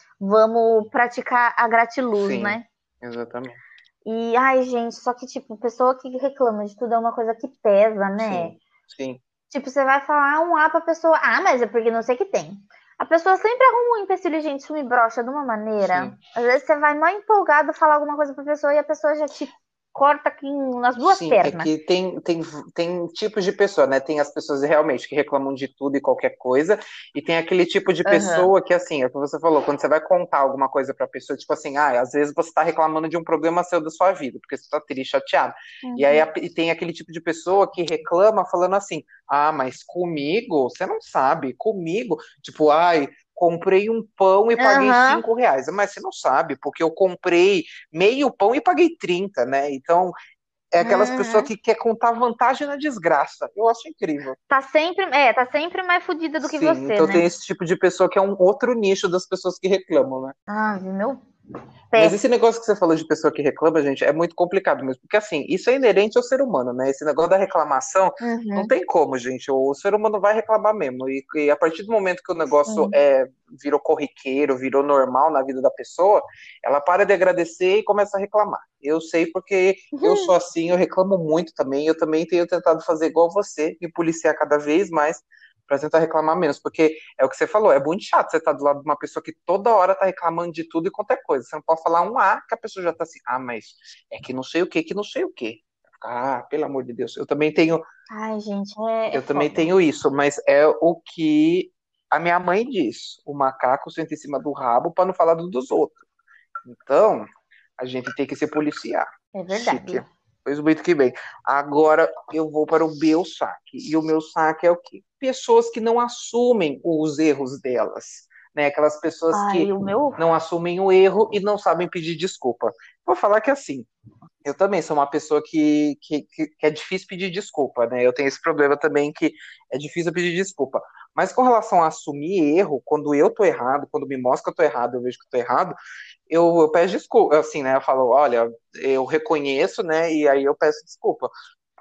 vamos praticar a gratiluz, Sim, né? exatamente. E, ai, gente, só que, tipo, pessoa que reclama de tudo é uma coisa que pesa, né? Sim, sim. Tipo, você vai falar um A pra pessoa, ah, mas é porque não sei o que tem. A pessoa sempre arruma um empecilho, gente, isso me brocha de uma maneira. Sim. Às vezes você vai mal empolgado falar alguma coisa pra pessoa e a pessoa já te corta aqui nas duas Sim, é pernas. que tem, tem, tem tipos de pessoa, né? Tem as pessoas realmente que reclamam de tudo e qualquer coisa, e tem aquele tipo de Aham. pessoa que, assim, é o que você falou, quando você vai contar alguma coisa pra pessoa, tipo assim, ah, às vezes você tá reclamando de um problema seu da sua vida, porque você tá triste, chateado. E aí Uhum. a- e tem aquele tipo de pessoa que reclama falando assim, ah, mas comigo, você não sabe, comigo, tipo, ai, comprei um pão e paguei Aham. cinco reais. Mas você não sabe, porque eu comprei meio pão e paguei trinta, né? Então, é aquelas pessoas Uhum. que quer contar vantagem na desgraça. Eu acho incrível. Tá sempre, é, tá sempre mais fodida do que Sim, você, então tem né? esse tipo de pessoa que é um outro nicho das pessoas que reclamam, né? Ah, meu Mas pé. esse negócio que você falou de pessoa que reclama, gente, é muito complicado mesmo. Porque, assim, isso é inerente ao ser humano, né? Esse negócio da reclamação, não Uhum. tem como, gente. O ser humano vai reclamar mesmo. E, e a partir do momento que o negócio Sim. é, virou corriqueiro, virou normal na vida da pessoa, ela para de agradecer e começa a reclamar. Eu sei porque eu sou assim, eu reclamo muito também. Eu também tenho tentado fazer igual você, me policiar cada vez mais para tentar reclamar menos, porque é o que você falou, é muito chato você estar do lado de uma pessoa que toda hora tá reclamando de tudo e qualquer coisa. Você não pode falar um A que a pessoa já tá assim, ah, mas é que não sei o que, que não sei o que. Ah, pelo amor de Deus. Eu também tenho, Ai, gente, é, é eu também foda. tenho isso, mas é o que a minha mãe diz. O macaco senta em cima do rabo para não falar do dos outros. Então, a gente tem que se policiar. É Chique. verdade. Pois muito que bem. Agora eu vou para o meu saque. E o meu saque é o quê? Pessoas que não assumem os erros delas. Né? Aquelas pessoas Ai, que o meu. não assumem o erro e não sabem pedir desculpa. Vou falar que assim, eu também sou uma pessoa que, que, que, que é difícil pedir desculpa, né? Eu tenho esse problema também que é difícil pedir desculpa. Mas com relação a assumir erro, quando eu tô errado, quando me mostra que eu tô errado, eu vejo que eu tô errado, eu, eu peço desculpa, assim, né? Eu falo, olha, eu reconheço, né? E aí eu peço desculpa.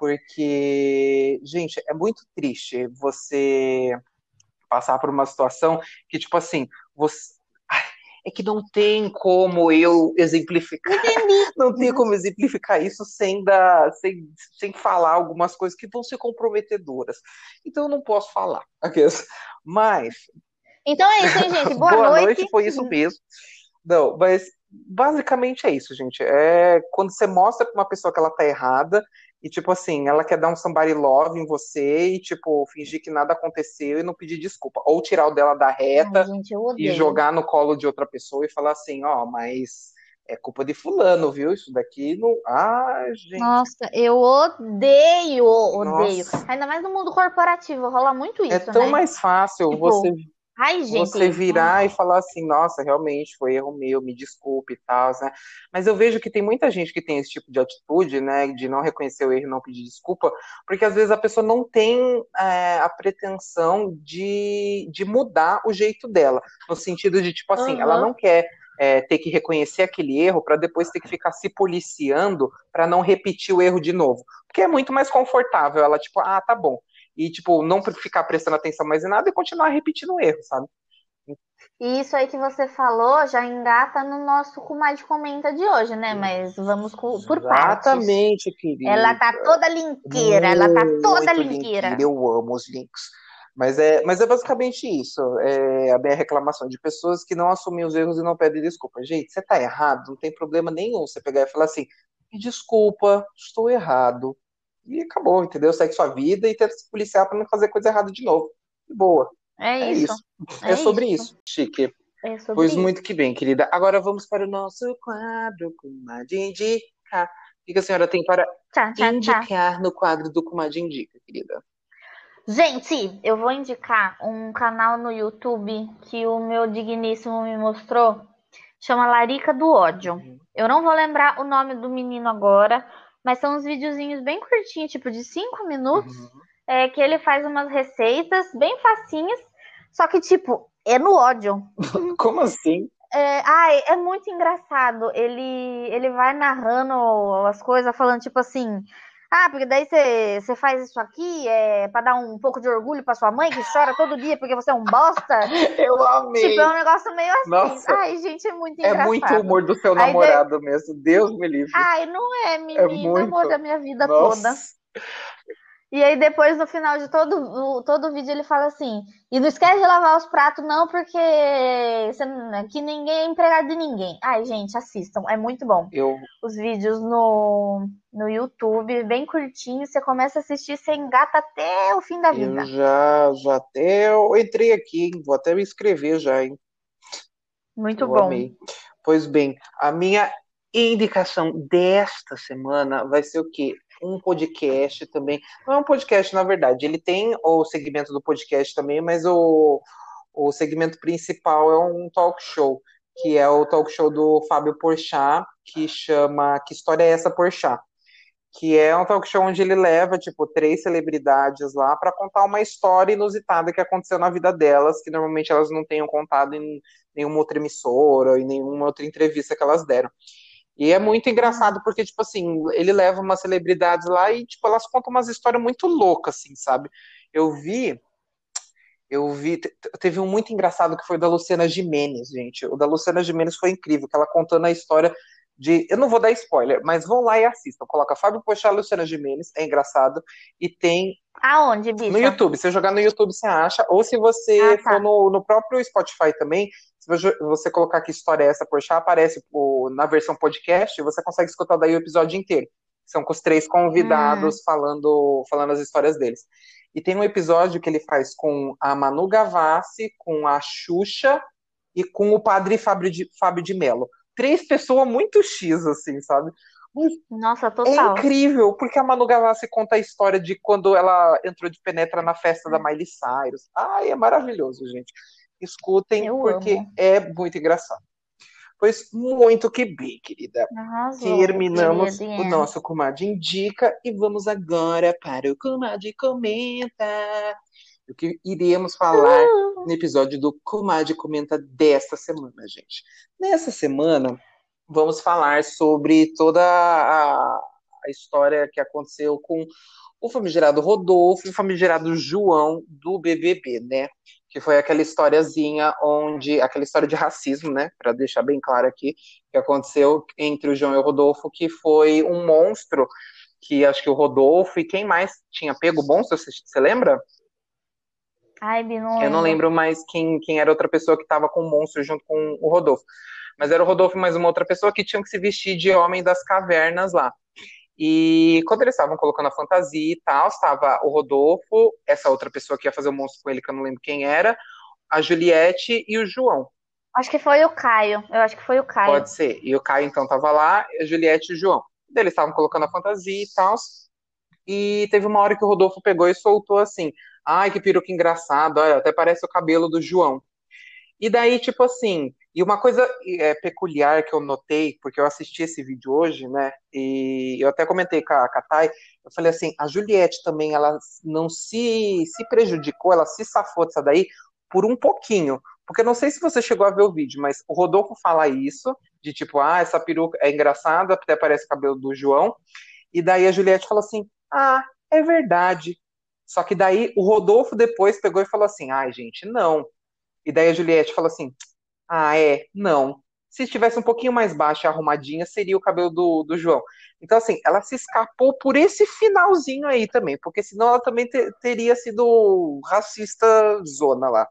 Porque, gente, é muito triste você passar por uma situação que, tipo assim, você. Ai, é que não tem como eu exemplificar, Entendi. não tem como exemplificar isso sem dar, sem, sem falar algumas coisas que vão ser comprometedoras. Então eu não posso falar. Mas Então é isso, hein, gente? Boa boa noite. noite, foi isso mesmo. Não, mas basicamente é isso, gente. É quando você mostra pra uma pessoa que ela tá errada e, tipo assim, ela quer dar um somebody love em você e, tipo, fingir que nada aconteceu e não pedir desculpa. Ou tirar o dela da Ai, reta gente, eu e odeio. jogar no colo de outra pessoa e falar assim, ó, mas é culpa de fulano, viu? Isso daqui não. Ah, gente. Nossa, eu odeio, odeio. Nossa. Ainda mais no mundo corporativo, rola muito É isso, tão né? mais fácil você Tipo, ai, você gente, virar e falar assim, nossa, realmente foi erro meu, me desculpe e tal, né? Mas eu vejo que tem muita gente que tem esse tipo de atitude, né, de não reconhecer o erro e não pedir desculpa, porque às vezes a pessoa não tem é, a pretensão de, de mudar o jeito dela, no sentido de, tipo assim, ela aham. não quer é, ter que reconhecer aquele erro para depois ter que ficar se policiando para não repetir o erro de novo. Porque é muito mais confortável ela, tipo, ah, tá bom e, tipo, não ficar prestando atenção mais em nada e continuar repetindo o erro, sabe? E isso aí que você falou já engata no nosso Comadre Comenta de hoje, né? Mas vamos co- por partes. Exatamente, Ela querida. tá toda linkeira, ela tá toda Muito linkira, linkeira. eu amo os links. Mas é, mas é basicamente isso. É a minha reclamação de pessoas que não assumem os erros e não pedem desculpa. Gente, você tá errado, não tem problema nenhum você pegar e falar assim: me desculpa, estou errado. E acabou, entendeu? Segue sua vida e tenta se policiar para não fazer coisa errada de novo. De boa. É É isso, isso. É é sobre isso, isso. Chique. é sobre Pois isso. muito que bem, querida. Agora vamos para o nosso quadro com a Dindica. que a senhora tem para Tchá, tchá, tchá. indicar no quadro do Comadre Indica, querida? Gente, eu vou indicar um canal no YouTube que o meu digníssimo me mostrou. Chama Larica do Ódio. Uhum. Eu não vou lembrar o nome do menino agora, mas são uns videozinhos bem curtinhos, tipo de cinco minutos, Uhum. é, que ele faz umas receitas bem facinhas, só que, tipo, é no ódio. Como assim? É, ai, é muito engraçado. Ele, ele vai narrando as coisas, falando tipo assim: ah, porque daí você faz isso aqui é pra dar um pouco de orgulho pra sua mãe que chora todo dia porque você é um bosta. Eu Tipo, é um amei! negócio meio assim. Nossa, Ai, gente, é muito é muito engraçado. humor do seu Aí, de... namorado mesmo. Deus me livre. ai, não é, É menino, amor da muito. minha vida toda. Nossa. E aí depois, no final de todo o todo o vídeo, ele fala assim: e não esquece de lavar os pratos, não, porque você, aqui ninguém é empregado de ninguém. Ai, gente, assistam, é muito bom. Eu, Os vídeos no, no YouTube, bem curtinhos, você começa a assistir, você engata até o fim da eu vida. já, já até eu entrei aqui, hein? Vou até me inscrever já, hein? Muito Eu bom. amei. Pois bem, a minha indicação desta semana vai ser o quê? Um podcast também. Não é um podcast, na verdade. Ele tem o segmento do podcast também, mas o, o segmento principal é um talk show, que é o talk show do Fábio Porchat, que chama Que História é essa, Porchat? Que é um talk show onde ele leva, tipo, três celebridades lá para contar uma história inusitada que aconteceu na vida delas, que normalmente elas não tenham contado em nenhuma outra emissora, em nenhuma outra entrevista que elas deram. E é muito engraçado porque, tipo assim, ele leva umas celebridades lá e, tipo, elas contam umas histórias muito loucas, assim, sabe? Eu vi, eu vi, te- teve um muito engraçado que foi o da Luciana Gimenez, gente. O da Luciana Gimenez foi incrível, que ela contando a história de, eu não vou dar spoiler, mas vão lá e assistam. Coloca Fábio Pochá, Luciana Gimenez, é engraçado. E tem Aonde, no bicha? YouTube, se você jogar no YouTube você acha, ou se Ah, você for tá. no, no próprio Spotify também, se você você colocar que história é essa por chá, aparece o- na versão podcast, e você consegue escutar daí o episódio inteiro. São com os três Hum, convidados falando, falando as histórias deles. E tem um episódio que ele faz com a Manu Gavassi, com a Xuxa e com o padre Fábio de, Fábio de Mello. Três pessoas muito X, assim, sabe? Mas nossa, é total. incrível, porque a Manu Gavassi conta a história de quando ela entrou de penetra na festa da Miley Cyrus. Ai, é maravilhoso, gente. Escutem, Eu porque amo. é muito engraçado. Pois muito que bem, querida. Arrasou, Terminamos o queridinha. nosso Comadre Indica e vamos agora para o Comadre Comenta. O que iremos falar no episódio do Comadre Comenta desta semana, gente. Nessa semana, vamos falar sobre toda a, a história que aconteceu com o famigerado Rodolfo e o famigerado João do B B B, né? Que foi aquela historiazinha onde, aquela história de racismo, né? Para deixar bem claro aqui, que aconteceu entre o João e o Rodolfo, que foi um monstro que acho que o Rodolfo e quem mais tinha pego o monstro, você, você lembra? Ai, Bi, não Eu não lembro. lembro mais quem, quem era outra pessoa que estava com o monstro junto com o Rodolfo. Mas era o Rodolfo e mais uma outra pessoa que tinham que se vestir de homem das cavernas lá. E quando eles estavam colocando a fantasia e tal, estava o Rodolfo, essa outra pessoa que ia fazer o monstro com ele, que eu não lembro quem era, a Juliette e o João. Acho que foi o Caio. Eu acho que foi o Caio. Pode ser. E o Caio, então, estava lá, a Juliette e o João. Daí eles estavam colocando a fantasia e tal. E teve uma hora que o Rodolfo pegou e soltou assim: ai, que peruca engraçada, olha, até parece o cabelo do João. E daí, tipo assim, e uma coisa é, peculiar que eu notei, porque eu assisti esse vídeo hoje, né? E eu até comentei com a, com a Thay, eu falei assim, a Juliette também, ela não se, se prejudicou, ela se safou dessa daí por um pouquinho. Porque eu não sei se você chegou a ver o vídeo, mas o Rodolfo fala isso, de tipo, ah, essa peruca é engraçada, até parece o cabelo do João. E daí a Juliette falou assim, ah, é verdade. Só que daí o Rodolfo depois pegou e falou assim, ai, gente, não. E daí a Juliette falou assim: ah, é, não. Se estivesse um pouquinho mais baixa e arrumadinha, seria o cabelo do, do João. Então, assim, ela se escapou por esse finalzinho aí também, porque senão ela também te- teria sido racista zona lá.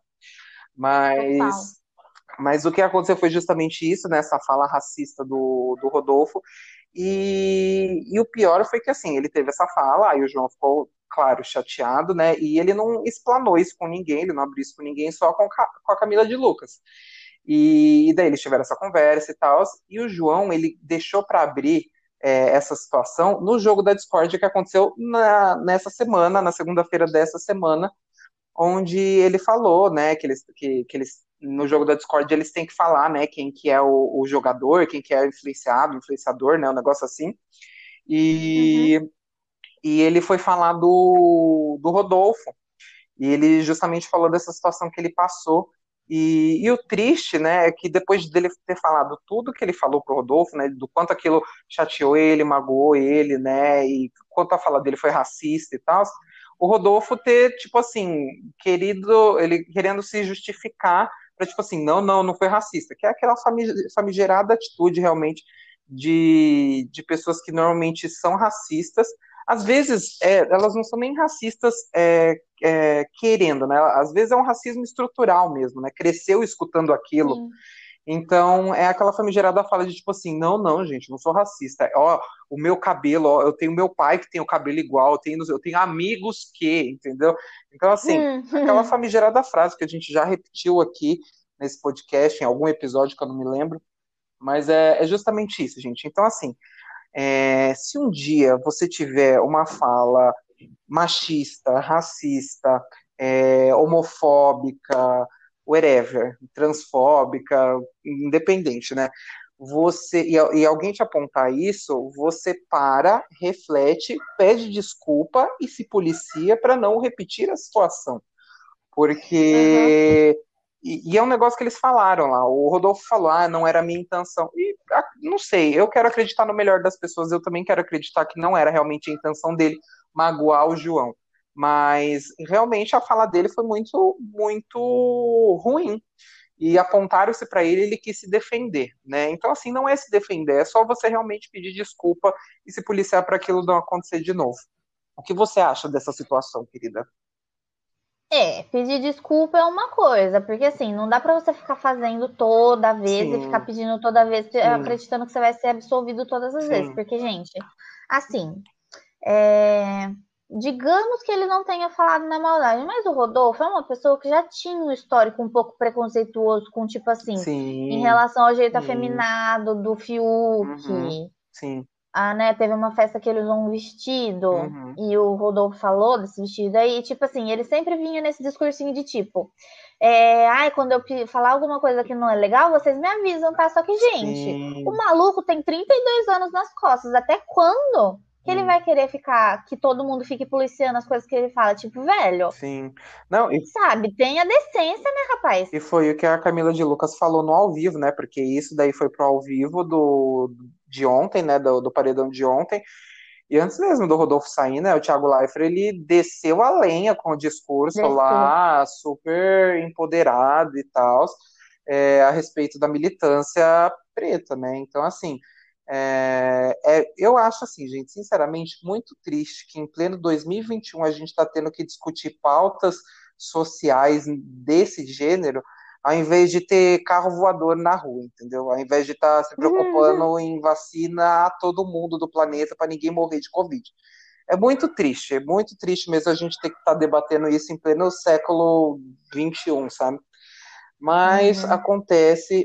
Total. Mas, mas o que aconteceu foi justamente isso, né? Essa fala racista do, do Rodolfo. E, e o pior foi que, assim, ele teve essa fala, aí o João ficou, claro, chateado, né? E ele não explanou isso com ninguém, ele não abriu isso com ninguém, só com, com a Camila de Lucas. E, e daí eles tiveram essa conversa e tal. E o João, ele deixou para abrir é, essa situação no jogo da Discord que aconteceu na, nessa semana, na segunda-feira dessa semana, onde ele falou, né, que eles, que, que eles no jogo da Discord eles têm que falar, né, quem que é o, o jogador, quem que é o influenciado, influenciador, né, um negócio assim. Uhum. E, e ele foi falar do, do Rodolfo. E ele justamente falou dessa situação que ele passou. E, e o triste, né, é que depois dele ter falado tudo que ele falou pro Rodolfo, né, do quanto aquilo chateou ele, magoou ele, né, e quanto a fala dele foi racista e tal, o Rodolfo ter, tipo assim, querido, ele querendo se justificar para tipo assim, não, não, não foi racista, que é aquela famigerada atitude realmente de, de pessoas que normalmente são racistas. Às vezes, é, elas não são nem racistas é, é, querendo, né? Às vezes é um racismo estrutural mesmo, né? Cresceu escutando aquilo. Sim. Então, é aquela famigerada fala de tipo assim, não, não, gente, não sou racista. Ó, o meu cabelo, ó, eu tenho meu pai que tem o cabelo igual, eu tenho, eu tenho amigos que, entendeu? Então, assim, aquela Hum. famigerada frase que a gente já repetiu aqui nesse podcast, em algum episódio que eu não me lembro, mas é, é justamente isso, gente. Então, assim, é, se um dia você tiver uma fala machista, racista, é, homofóbica, whatever, transfóbica, independente, né? Você e, e alguém te apontar isso, você para, reflete, pede desculpa e se policia para não repetir a situação. Uhum. Porque. E, e é um negócio que eles falaram lá. O Rodolfo falou: ah, não era a minha intenção. E ah, não sei, eu quero acreditar no melhor das pessoas, eu também quero acreditar que não era realmente a intenção dele magoar o João. Mas realmente a fala dele foi muito, muito ruim. E apontaram-se para ele, ele quis se defender, né? Então, assim, não é se defender, é só você realmente pedir desculpa e se policiar para aquilo não acontecer de novo. O que você acha dessa situação, querida? É, pedir desculpa é uma coisa, porque assim, não dá pra você ficar fazendo toda vez e ficar Sim, pedindo toda vez, sim, acreditando que você vai ser absolvido todas as vezes. sim. Porque, gente, assim, é, digamos que ele não tenha falado na maldade, mas o Rodolfo é uma pessoa que já tinha um histórico um pouco preconceituoso com, tipo assim, em Sim, relação ao jeito sim, afeminado do Fiuk. uhum, sim, Ah, né, teve uma festa que ele usou um vestido uhum, e o Rodolfo falou desse vestido aí, e, tipo assim, ele sempre vinha nesse discursinho de tipo, é, ai, quando eu falar alguma coisa que não é legal, vocês me avisam, tá? Só que, gente, o sim, maluco tem trinta e dois anos nas costas, até quando que ele sim, vai querer ficar, que todo mundo fique policiando as coisas que ele fala? Tipo, velho, sim. Não, e, sabe, tenha decência, né, rapaz? e foi o que a Camila de Lucas falou no ao vivo, né? Porque isso daí foi pro ao vivo do, de ontem, né? Do, do paredão de ontem. E antes mesmo do Rodolfo sair, né? O Thiago Leifert, ele desceu a lenha com o discurso Desceu. lá, super empoderado e tal, é, a respeito da militância preta, né? Então, assim, é, é, eu acho assim, gente, sinceramente, muito triste que em pleno dois mil e vinte e um a gente está tendo que discutir pautas sociais desse gênero, ao invés de ter carro voador na rua, entendeu? Ao invés de estar tá se preocupando em vacinar todo mundo do planeta para ninguém morrer de Covid. É muito triste, é muito triste mesmo a gente ter que estar tá debatendo isso em pleno século vinte e um, sabe? Mas Uhum. acontece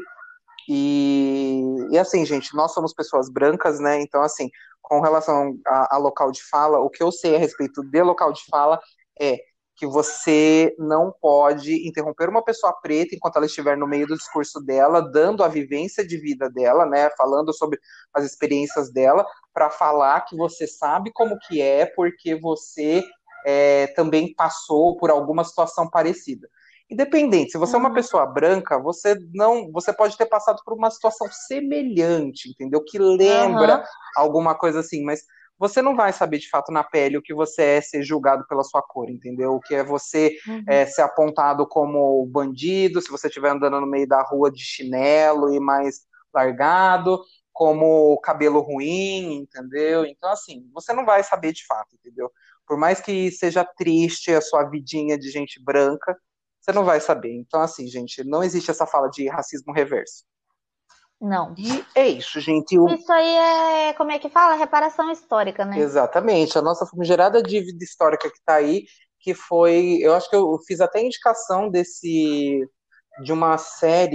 e, e assim, gente, nós somos pessoas brancas, né? Então, assim, com relação a, a local de fala, o que eu sei a respeito de local de fala é que você não pode interromper uma pessoa preta enquanto ela estiver no meio do discurso dela, dando a vivência de vida dela, né? Falando sobre as experiências dela, para falar que você sabe como que é, porque você é, também passou por alguma situação parecida. Independente, se você é uma Uhum. pessoa branca, você não, você pode ter passado por uma situação semelhante, entendeu? Que lembra Uhum. alguma coisa assim, mas você não vai saber de fato na pele o que você é ser julgado pela sua cor, entendeu? O que é você é, Uhum. ser apontado como bandido, se você estiver andando no meio da rua de chinelo e mais largado, como cabelo ruim, entendeu? Então, assim, você não vai saber de fato, entendeu? Por mais que seja triste a sua vidinha de gente branca, você não vai saber. Então, assim, gente, não existe essa fala de racismo reverso. Não. E é isso, gente. O... Isso aí é, como é que fala? Reparação histórica, né? Exatamente. A nossa famigerada dívida histórica que está aí, que foi. Eu acho que eu fiz até indicação desse de uma série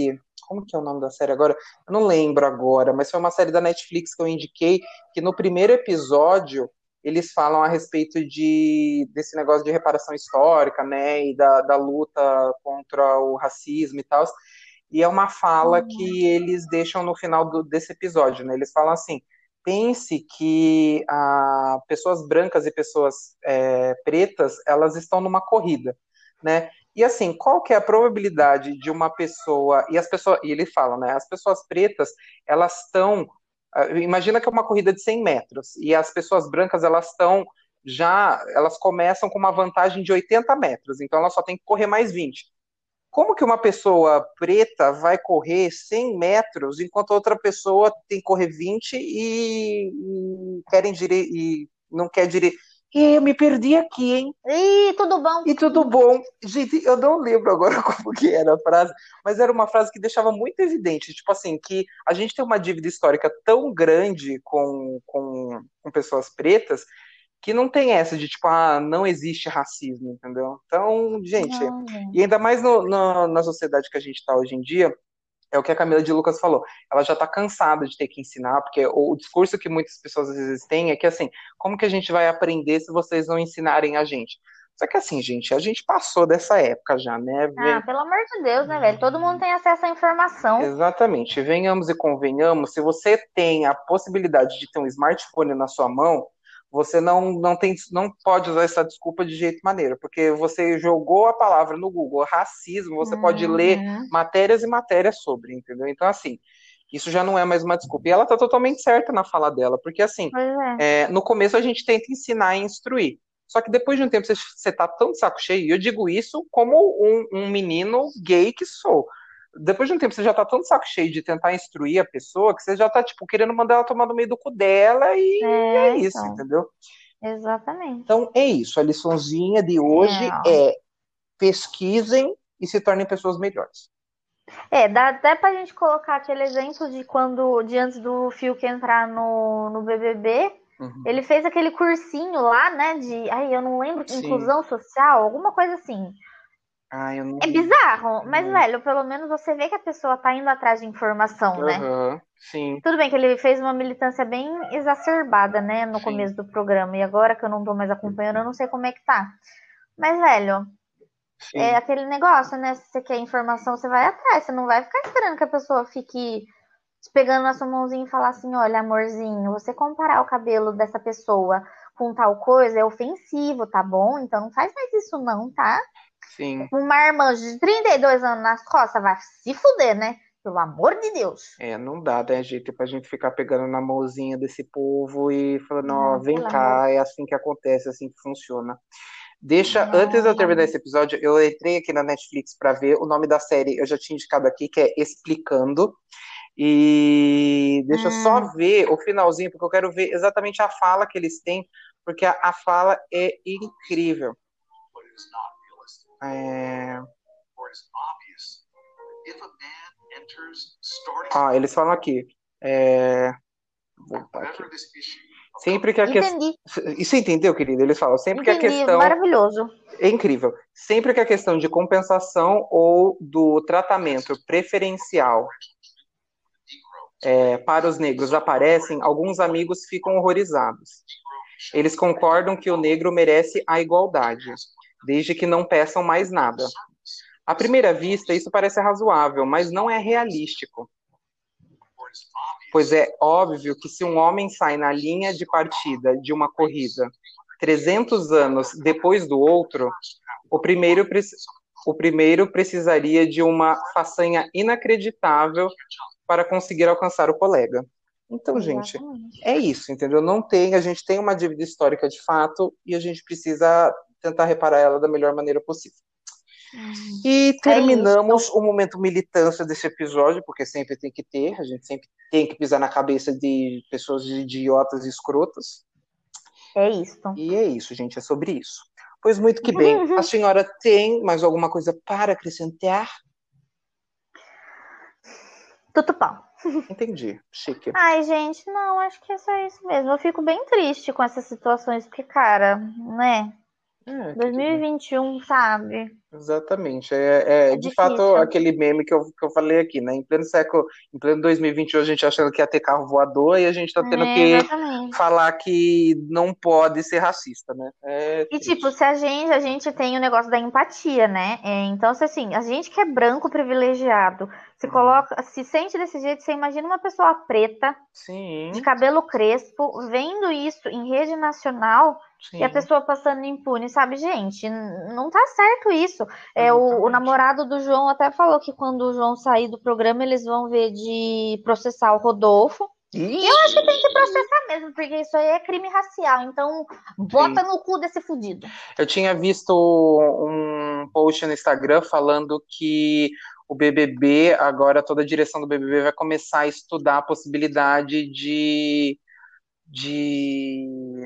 como que é o nome da série agora? Eu não lembro agora, mas foi uma série da Netflix que eu indiquei, que no primeiro episódio eles falam a respeito de, desse negócio de reparação histórica, né, e da, da luta contra o racismo e tal. E é uma fala que eles deixam no final do, desse episódio, né? Eles falam assim: pense que ah, pessoas brancas e pessoas é, pretas, elas estão numa corrida, né? E assim, qual que é a probabilidade de uma pessoa, e as pessoas, e ele fala, né? As pessoas pretas, elas estão, imagina que é uma corrida de cem metros, e as pessoas brancas, elas estão já, elas começam com uma vantagem de oitenta metros, então elas só tem que correr mais vinte. Como que uma pessoa preta vai correr cem metros enquanto outra pessoa tem que correr vinte e, e querem dire... e não quer direito? Eu me perdi aqui, hein? Ih, tudo bom? E tudo bom. Gente, eu não lembro agora como que era a frase, mas era uma frase que deixava muito evidente, tipo assim, que a gente tem uma dívida histórica tão grande com, com, com pessoas pretas que não tem essa de, tipo, ah, não existe racismo, entendeu? Então, gente, Não, gente. e ainda mais no, no, na sociedade que a gente está hoje em dia, é o que a Camila de Lucas falou, ela já está cansada de ter que ensinar, porque o, o discurso que muitas pessoas às vezes têm é que, assim, como que a gente vai aprender se vocês não ensinarem a gente? Só que assim, gente, a gente passou dessa época já, né? Ah, Vem... pelo amor de Deus, né, velho? Todo mundo tem acesso à informação. Exatamente. Venhamos e convenhamos, se você tem a possibilidade de ter um smartphone na sua mão, você não, não, tem, não pode usar essa desculpa de jeito maneira, porque você jogou a palavra no Google, racismo, você Uhum. pode ler matérias e matérias sobre, entendeu? Então, assim, isso já não é mais uma desculpa. E ela tá totalmente certa na fala dela, porque, assim, Pois é. é, no começo a gente tenta ensinar e instruir. Só que depois de um tempo você, você tá tão de saco cheio, e eu digo isso como um, um menino gay que sou. Depois de um tempo você já tá tão de saco cheio de tentar instruir a pessoa que você já tá, tipo, querendo mandar ela tomar no meio do cu dela e é, é isso, então. entendeu? Exatamente. Então é isso. A liçãozinha de hoje é, é pesquisem e se tornem pessoas melhores. É, dá até pra gente colocar aquele exemplo de quando, de antes do Fiuk entrar no, no B B B, uhum. Ele fez aquele cursinho lá, né, de, ai, eu não lembro, Sim. inclusão social, alguma coisa assim. Ah, eu não... É bizarro, mas, não. velho, pelo menos você vê que a pessoa tá indo atrás de informação, uhum, né? Sim. Tudo bem que ele fez uma militância bem exacerbada, né, no Sim. começo do programa, e agora que eu não tô mais acompanhando, eu não sei como é que tá. Mas, velho... Sim. É aquele negócio, né? Se você quer informação, você vai atrás. Você não vai ficar esperando que a pessoa fique pegando na sua mãozinha e falar assim: olha, amorzinho, você comparar o cabelo dessa pessoa com tal coisa é ofensivo, tá bom? Então não faz mais isso, não, tá? Sim. Um marmanjo de trinta e dois anos nas costas vai se fuder, né? Pelo amor de Deus. É, não dá, né, gente, pra gente ficar pegando na mãozinha desse povo e falando: ó, oh, vem cá, amor. É assim que acontece, é assim que funciona. Deixa, não. Antes de eu terminar esse episódio, eu entrei aqui na Netflix para ver o nome da série, eu já tinha indicado aqui, que é Explicando, e deixa hum. eu só ver o finalzinho, porque eu quero ver exatamente a fala que eles têm, porque a, a fala é incrível. É... Ah, eles falam aqui, é... Vou voltar aqui. Sempre que a questão. Isso entendeu, querido? Eles falam, sempre Entendi, que a questão. Maravilhoso. É incrível. Sempre que a questão de compensação ou do tratamento preferencial é, para os negros aparecem, alguns amigos ficam horrorizados. Eles concordam que o negro merece a igualdade, desde que não peçam mais nada. À primeira vista, isso parece razoável, mas não é realístico. Pois é óbvio que se um homem sai na linha de partida de uma corrida trezentos anos depois do outro, o primeiro, o primeiro precisaria de uma façanha inacreditável para conseguir alcançar o colega. Então, gente, é isso, entendeu? Não tem, a gente tem uma dívida histórica de fato e a gente precisa tentar reparar ela da melhor maneira possível. E terminamos é o momento militância desse episódio, porque sempre tem que ter, a gente sempre tem que pisar na cabeça de pessoas idiotas e escrotas. É isso. E é isso, gente, é sobre isso. Pois muito que bem. A senhora tem mais alguma coisa para acrescentar? Tudo pau. Entendi, chique. Ai, gente, não, acho que é só isso mesmo. Eu fico bem triste com essas situações, porque, cara, né? É, dois mil e vinte e um, sabe? Exatamente. É, é, É de fato, difícil. aquele meme que eu, que eu falei aqui, né? Em pleno século, em pleno dois mil e vinte e um, a gente achando que ia ter carro voador e a gente tá tendo É, que exatamente. falar que não pode ser racista, né? É E tipo, triste. se a gente, a gente tem o negócio da empatia, né? É, então, se assim, a gente que é branco privilegiado, se Uhum. coloca, se sente desse jeito, você imagina uma pessoa preta, de Sim, cabelo crespo, vendo isso em rede nacional e a sim, pessoa passando impune, sabe, gente? n- Não tá certo isso. É, o, o exatamente. namorado do João até falou que quando o João sair do programa, eles vão ver de processar o Rodolfo. E eu acho que tem que Ih! processar mesmo, porque isso aí é crime racial. Então, bota Sim. no cu desse fudido. Eu tinha visto um post no Instagram falando que o B B B, agora toda a direção do B B B vai começar a estudar a possibilidade de, de...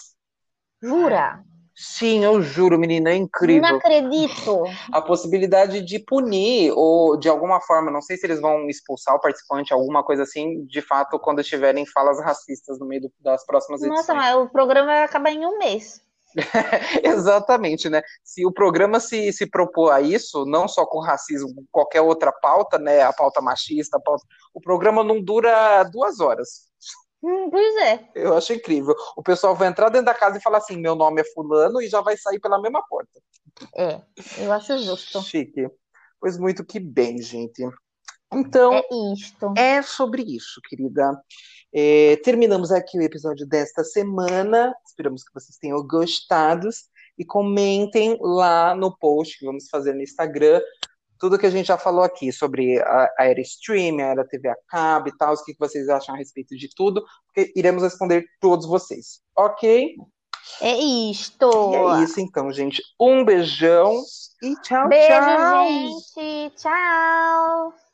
Jura? Sim, eu juro, menina, é Não incrível. acredito. A possibilidade de punir, ou de alguma forma, não sei se eles vão expulsar o participante, alguma coisa assim, de fato, quando tiverem falas racistas no meio do- das próximas Nossa, edições. mas o programa vai acabar em um mês. Exatamente, né? Se o programa se, se propor a isso, não só com racismo, com qualquer outra pauta, né? A pauta machista, a pauta... o programa não dura duas horas. Hum, pois é. Eu acho incrível. O pessoal vai entrar dentro da casa e falar assim: meu nome é Fulano, e já vai sair pela mesma porta. É, eu acho justo. Chique. Pois muito que bem, gente. É Então, isto. é sobre isso, querida. É, terminamos aqui o episódio desta semana. Esperamos que vocês tenham gostado. E comentem lá no post que vamos fazer no Instagram tudo que a gente já falou aqui sobre a, a Era Stream, a Era T V a cabo e tal, o que vocês acham a respeito de tudo, porque iremos responder todos vocês. Ok? É isto. E é isso então, gente. Um beijão e tchau, Beijo, tchau! gente. Tchau.